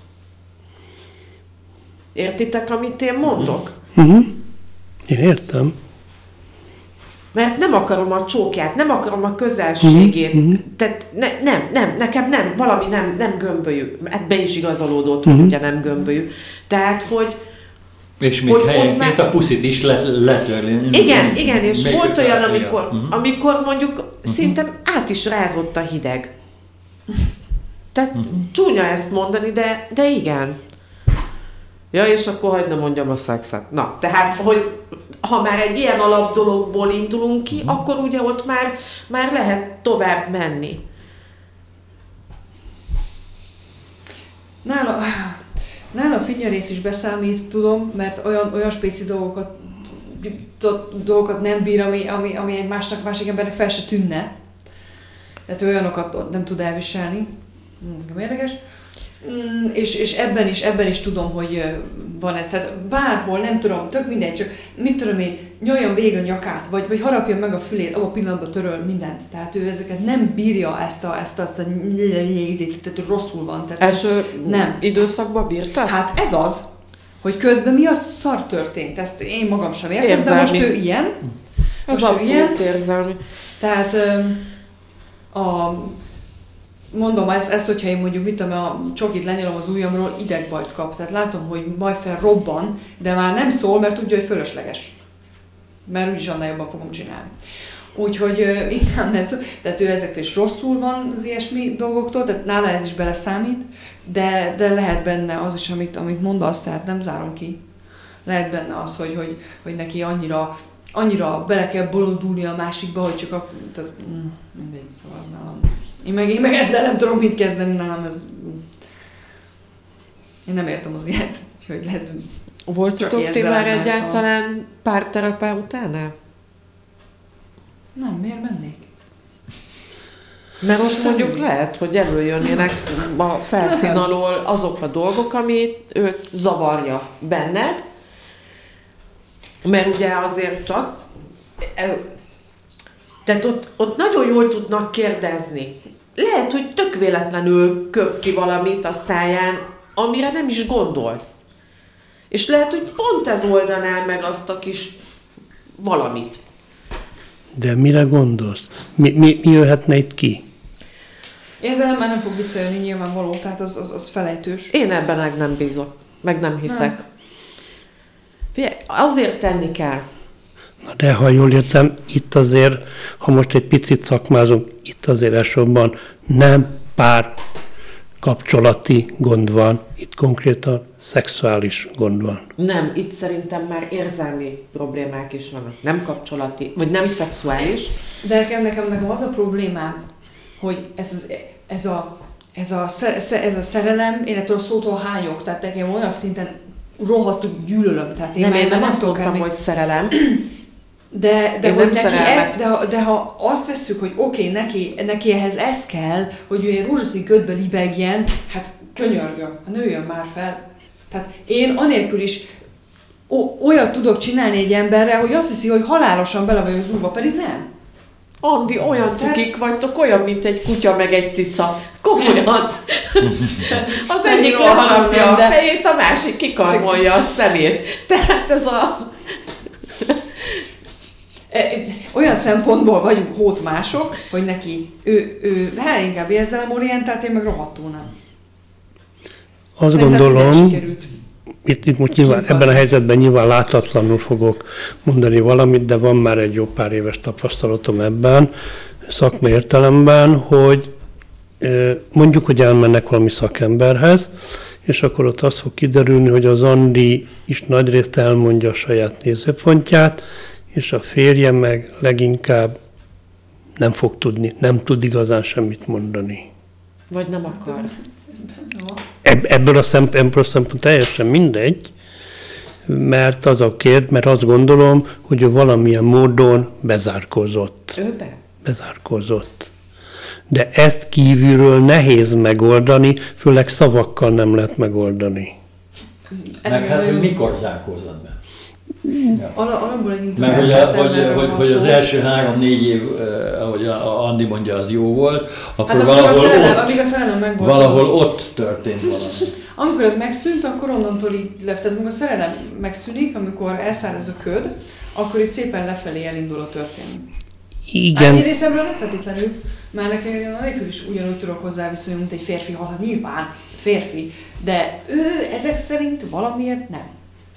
Értitek, amit én mondok? Uh-huh. Én értem. Mert nem akarom a csókját, nem akarom a közelségét. Uh-huh. Tehát ne, nem, nem, nekem nem, valami nem, nem gömbölyű. Hát be is igazolódott, uh-huh. hogy ugye nem gömbölyű. Tehát, hogy és még helyenként már... a puszit is le, letörli. Igen, igen, és még volt olyan, amikor, uh-huh. amikor mondjuk uh-huh. szinte át is rázott a hideg. Tehát uh-huh. csúnya ezt mondani, de, de igen. Ja, és akkor hagyd ne mondjam a szexet. Na, tehát, hogy ha már egy ilyen alap dologból indulunk ki, uh-huh. akkor ugye ott már, már lehet tovább menni. Nála, nála a finyarész is beszámít, tudom, mert olyan, olyan spéci dolgokat, dolgokat nem bír, ami, ami, ami egy másnak, másik embernek fel se tűnne. Tehát olyanokat nem tud elviselni. Nem érdekes. Mm, és, és ebben is, ebben is tudom, hogy van ez. Tehát bárhol, nem tudom, tök mindegy, csak mit tudom én, nyoljon végig a nyakát, vagy, vagy harapja meg a fülét, abban a pillanatban töröl mindent. Tehát ő ezeket nem bírja ezt a, ezt a, ezt a lézét, tehát rosszul van. Tehát első nem. időszakban bírta? Hát ez az, hogy közben mi a szar történt. Ezt én magam sem értem, érzelmi. De most ő ilyen. Ez abszolút érzelmi. Tehát a... Mondom, ezt, ezt, hogyha én mondjuk, mit tudom, a csokit lenyelom az ujjamról, idegbajt kap. Tehát látom, hogy majd felrobban, de már nem szól, mert tudja, hogy fölösleges. Mert úgyis annál jobban fogom csinálni. Úgyhogy uh, inkább nem szól. Tehát ő ezek is rosszul van az ilyesmi dolgoktól, tehát nála ez is beleszámít, de, de lehet benne az is, amit, amit mondasz, tehát nem zárom ki. Lehet benne az, hogy, hogy, hogy neki annyira, annyira bele kell bolondulni a másikba, hogy csak a... Tehát, mm, mindegy, szóval az nálam. Én meg, én meg ezzel nem tudom mit kezdeni, nálam ez... Én nem értem az ilyet, úgyhogy lehet... Voltatok ti már egyáltalán párterapeutánál? Nem, miért mennék? Mert most mondjuk lehet, hogy előjönnének a felszín alól azok a dolgok, amit őt zavarja benned, mert ugye azért csak... Tehát ott, ott nagyon jól tudnak kérdezni. Lehet, hogy tök véletlenül köp ki valamit a száján, amire nem is gondolsz. És lehet, hogy pont ez oldaná meg azt a kis valamit. De mire gondolsz? Mi, mi, mi jöhetne itt ki? Érzelem már nem fog visszajönni, nyilvánvaló, tehát az, az, az felejtős. Én ebben meg nem bízok, meg nem hiszek. Nem. Figyelj, azért tenni kell. Na de ha jól értem, itt azért, ha most egy picit szakmázunk, itt azért elsősorban nem pár kapcsolati gond van, itt konkrétan szexuális gond van. Nem, itt szerintem már érzelmi problémák is vannak, nem kapcsolati, vagy nem szexuális. De nekem, nekem, nekem az a problémám, hogy ez, az, ez, a, ez, a, ez a szerelem, én ettől a szótól hányok, tehát nekem olyan szinten rohadtul gyűlölöm. Tehát én nem, én nem nem azt mondtam, még... hogy szerelem. De, de, hogy hogy neki szerelmet. ezt, de, de ha azt vesszük, hogy oké, okay, neki, neki ehhez ez kell, hogy ő egy rózsaszín ködbe libegjen, hát könyörgöm, nőjön már fel. Tehát én anélkül is o- olyat tudok csinálni egy emberre, hogy azt hiszi, hogy halálosan bele vagyok zúgva, pedig nem. Andi, olyan cukik vagytok, olyan, mint egy kutya meg egy cica. Komolyan. Az egyik leharapja a fejét, a másik kikarmolja a szemét. Tehát ez a... Olyan szempontból vagyunk hót mások, hogy neki ő, ő hát inkább érzelemorientált, én meg rohadtul nem. Azt Szerintem gondolom, itt, itt most nyilván, ebben a helyzetben nyilván láthatatlanul fogok mondani valamit, de van már egy jó pár éves tapasztalatom ebben, szakmai értelemben, hogy mondjuk, hogy elmennek valami szakemberhez, és akkor ott az fog kiderülni, hogy az Andi is nagyrészt elmondja a saját nézőpontját, és a férje meg leginkább nem fog tudni, nem tud igazán semmit mondani. Vagy nem akar. Ebb, ebből a szempontból szempont teljesen mindegy, mert az a kérd, mert azt gondolom, hogy ő valamilyen módon bezárkózott. Ő be? bezárkózott. De ezt kívülről nehéz megoldani, főleg szavakkal nem lehet megoldani. Meg hát, hogy mikor zárkózott be? Ja. Alapból egy Mert hogy, a, hogy, hogy, hogy az első három-négy év, eh, ahogy a Andi mondja, az jó volt, akkor hát valahol, a szerelem, ott, amíg a szerelem meg volt, valahol ott történt valami. Amikor ez megszűnt, akkor onnantól így left. Tehát amikor a szerelem megszűnik, amikor elszáraz a köd, akkor itt szépen lefelé elindul a történet. Igen. Én részemről nem feltétlenül, már nekem nélkül is ugyanúgy tudok hozzá viszonyulni, mint egy férfihoz, hát nyilván férfi, de ő ezek szerint valamiért nem.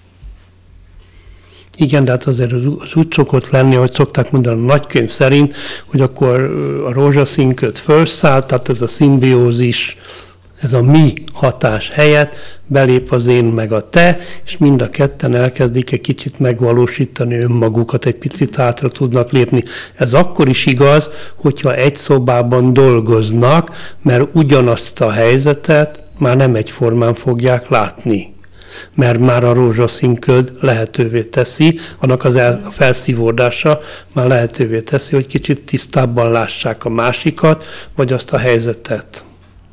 Igen, de hát azért az úgy szokott lenni, hogy szokták mondani a nagykönyv szerint, hogy akkor a rózsaszín köd felszállt, tehát ez a szimbiózis, ez a mi hatás helyett belép az én meg a te, és mind a ketten elkezdik egy kicsit megvalósítani önmagukat, egy picit hátra tudnak lépni. Ez akkor is igaz, hogyha egy szobában dolgoznak, mert ugyanazt a helyzetet már nem egyformán fogják látni. Mert már a rózsaszín köd lehetővé teszi, annak az el, a felszívódása már lehetővé teszi, hogy kicsit tisztábban lássák a másikat, vagy azt a helyzetet.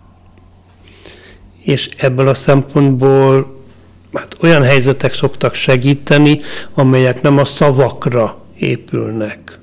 És ebből a szempontból hát olyan helyzetek szoktak segíteni, amelyek nem a szavakra épülnek.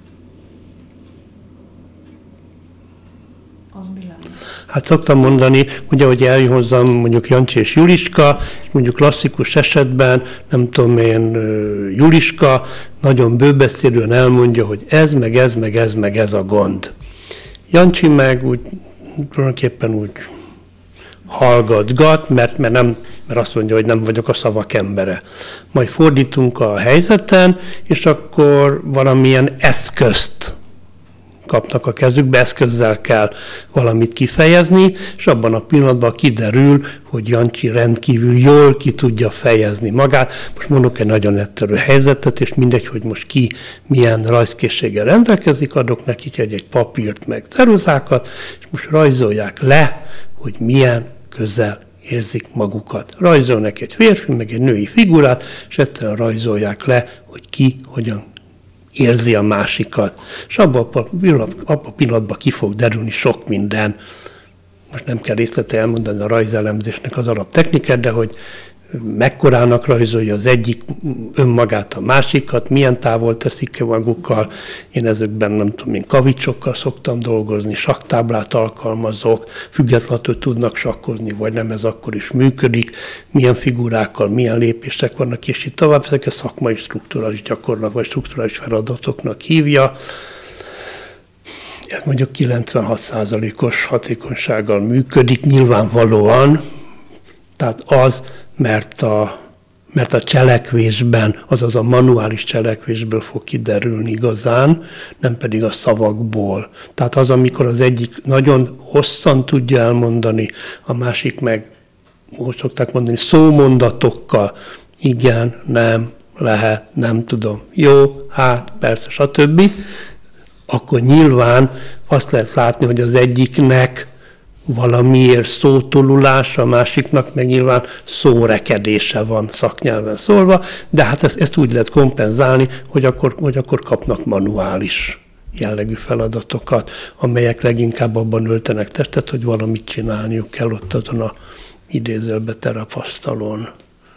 Az mi lenne? Hát szoktam mondani, hogy ahogy eljön hozzám mondjuk Jancsi és Juliska, és mondjuk klasszikus esetben, nem tudom én, Juliska nagyon bőbeszélően elmondja, hogy ez, meg ez, meg ez, meg ez a gond. Jancsi meg úgy tulajdonképpen úgy hallgatgat, mert, mert, nem, mert azt mondja, hogy nem vagyok a szavak embere. Majd fordítunk a helyzeten, és akkor valamilyen eszközt kapnak a kezükbe, eszközzel kell valamit kifejezni, és abban a pillanatban kiderül, hogy Jancsi rendkívül jól ki tudja fejezni magát. Most mondok egy nagyon egyszerű helyzetet, és mindegy, hogy most ki milyen rajzkészséggel rendelkezik, adok nekik egy-egy papírt, meg ceruzákat, és most rajzolják le, hogy milyen közel érzik magukat. Rajzolnak egy férfi, meg egy női figurát, és egyszerűen rajzolják le, hogy ki hogyan érzi a másikat. És abban a, pillanat, abban a pillanatban ki fog derülni sok minden. Most nem kell részletet elmondani a rajzelemzésnek az alaptechnikát, de hogy mekkorának rajzolja az egyik önmagát a másikat, milyen távol teszik magukkal. Én ezekben nem tudom, én kavicsokkal szoktam dolgozni, sakktáblát alkalmazok, függetlenül tudnak sakkozni, vagy nem, ez akkor is működik, milyen figurákkal, milyen lépések vannak, és itt tovább ezeket szakmai strukturális gyakorlat, vagy strukturális feladatoknak hívja. Ez mondjuk kilencvenhat százalékos hatékonysággal működik, nyilvánvalóan, tehát az, mert a, mert a cselekvésben, azaz a manuális cselekvésből fog kiderülni igazán, nem pedig a szavakból. Tehát az, amikor az egyik nagyon hosszan tudja elmondani, a másik meg, hogy szokták mondani, szómondatokkal, igen, nem, lehet, nem tudom, jó, hát, persze, stb., akkor nyilván azt lehet látni, hogy az egyiknek valamiért szótolulás, a másiknak meg nyilván szórekedése van szaknyelven szólva, de hát ezt, ezt úgy lehet kompenzálni, hogy akkor, hogy akkor kapnak manuális jellegű feladatokat, amelyek leginkább abban öltenek testet, hogy valamit csinálniuk kell ott azon a idézőbe terapasztalon.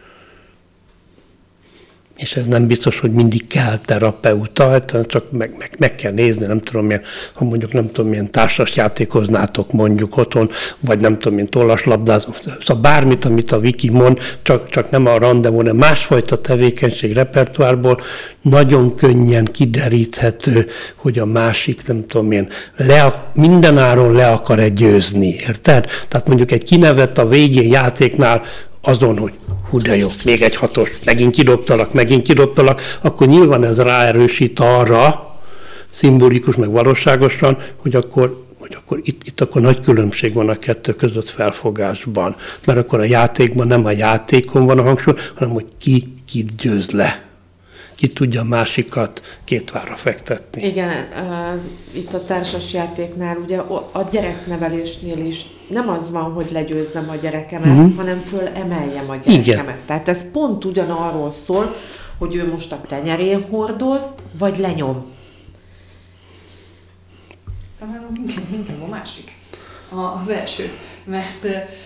És ez nem biztos, hogy mindig kell terapeuta, hát csak meg, meg, meg kell nézni, nem tudom milyen, ha mondjuk nem tudom milyen társasjátékoznátok mondjuk otthon, vagy nem tudom milyen tollaslabdázó, szóval bármit, amit a Viki mond, csak, csak nem a randevú, hanem másfajta tevékenység repertoárból nagyon könnyen kideríthető, hogy a másik, nem tudom milyen, le, mindenáron le akar-e győzni, érted? Tehát mondjuk egy kinevet a végén játéknál azon, hogy hú de jó, még egy hatos, megint kidobtalak, megint kidobtalak, akkor nyilván ez ráerősít arra, szimbolikus, meg valóságosan, hogy akkor, hogy akkor itt, itt akkor nagy különbség van a kettő között felfogásban. Mert akkor a játékban nem a játékon van a hangsúly, hanem hogy ki kit győz le. Ki tudja a másikat két várra fektetni. Igen, uh, itt a társasjátéknál, ugye a gyereknevelésnél is nem az van, hogy legyőzzem a gyerekemet, mm. hanem fölemeljem a gyerekemet. Igen. Tehát ez pont ugyanarról szól, hogy ő most a tenyerén hordoz, vagy lenyom. Tehát nálunk inkább, inkább a másik, a, az első. Mert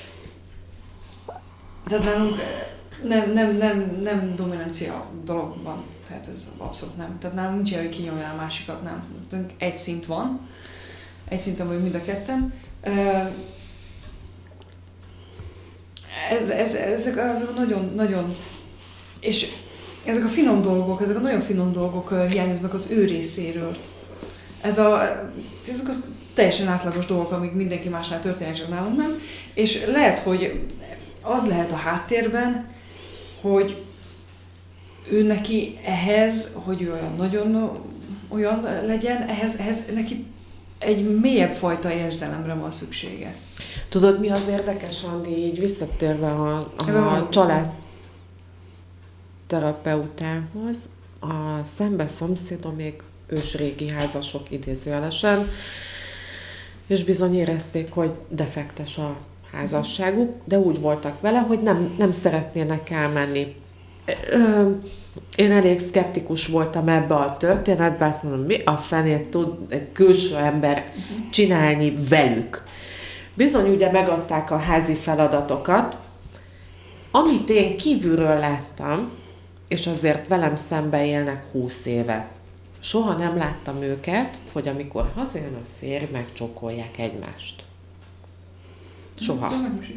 tehát nálunk nem, nem, nem, nem dominancia dologban, tehát ez abszolút nem. Tehát nálunk nincs olyan, hogy kinyomja a másikat, nem. Egy szint van, egy szinten vagyunk mind a ketten. Ez, ez, ezek, ezek nagyon, nagyon, és ezek a finom dolgok, ezek a nagyon finom dolgok hiányoznak az ő részéről. Ez a, ezek a teljesen átlagos dolgok, amik mindenki másnál történnek, csak nálunk nem. És lehet, hogy az lehet a háttérben, hogy ő neki ehhez, hogy ő olyan nagyon olyan legyen, ehhez, ehhez neki egy mélyebb fajta érzelemre van szüksége. Tudod, mi az érdekes, Andi, így visszatérve a, a családterapeutához, a szembe szomszédom még ősrégi házasok idézőjelesen, és bizony érezték, hogy defektes a házasságuk, de úgy voltak vele, hogy nem, nem szeretnének elmenni. Én elég szkeptikus voltam ebbe a történetbe, hát mondom, mi a fenét tud egy külső ember csinálni velük. Bizony ugye megadták a házi feladatokat, amit én kívülről láttam, és azért velem szembe élnek húsz éve. Soha nem láttam őket, hogy amikor hazajön a férj, megcsókolják egymást. Soha.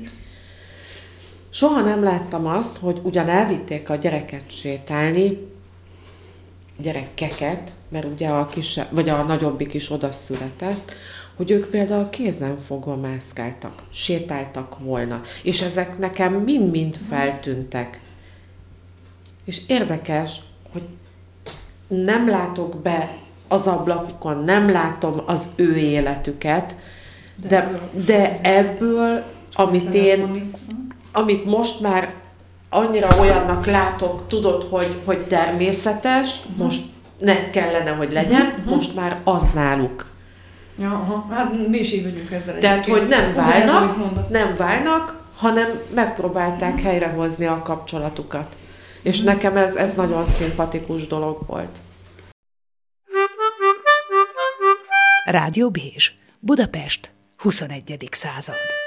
Soha nem láttam azt, hogy ugyan elvitték a gyereket sétálni, gyerekeket, mert ugye a kisebb, vagy a nagyobbik is oda született, hogy ők például kézen fogva mászkáltak, sétáltak volna, és ezek nekem mind-mind feltűntek. És érdekes, hogy nem látok be az ablakukon, nem látom az ő életüket, de, de, ebből, de ebből, amit én, amit most már annyira olyannak látok, tudod, hogy, hogy természetes, uh-huh. most ne kellene, hogy legyen, uh-huh. most már az náluk. Ja, aha. Hát mi is így vagyunk ezzel. Tehát, hogy nem válnak, nem válnak, hanem megpróbálták helyrehozni a kapcsolatukat. És uh-huh. nekem ez, ez nagyon szimpatikus dolog volt. Rádió Bézs, Budapest, huszonegyedik század.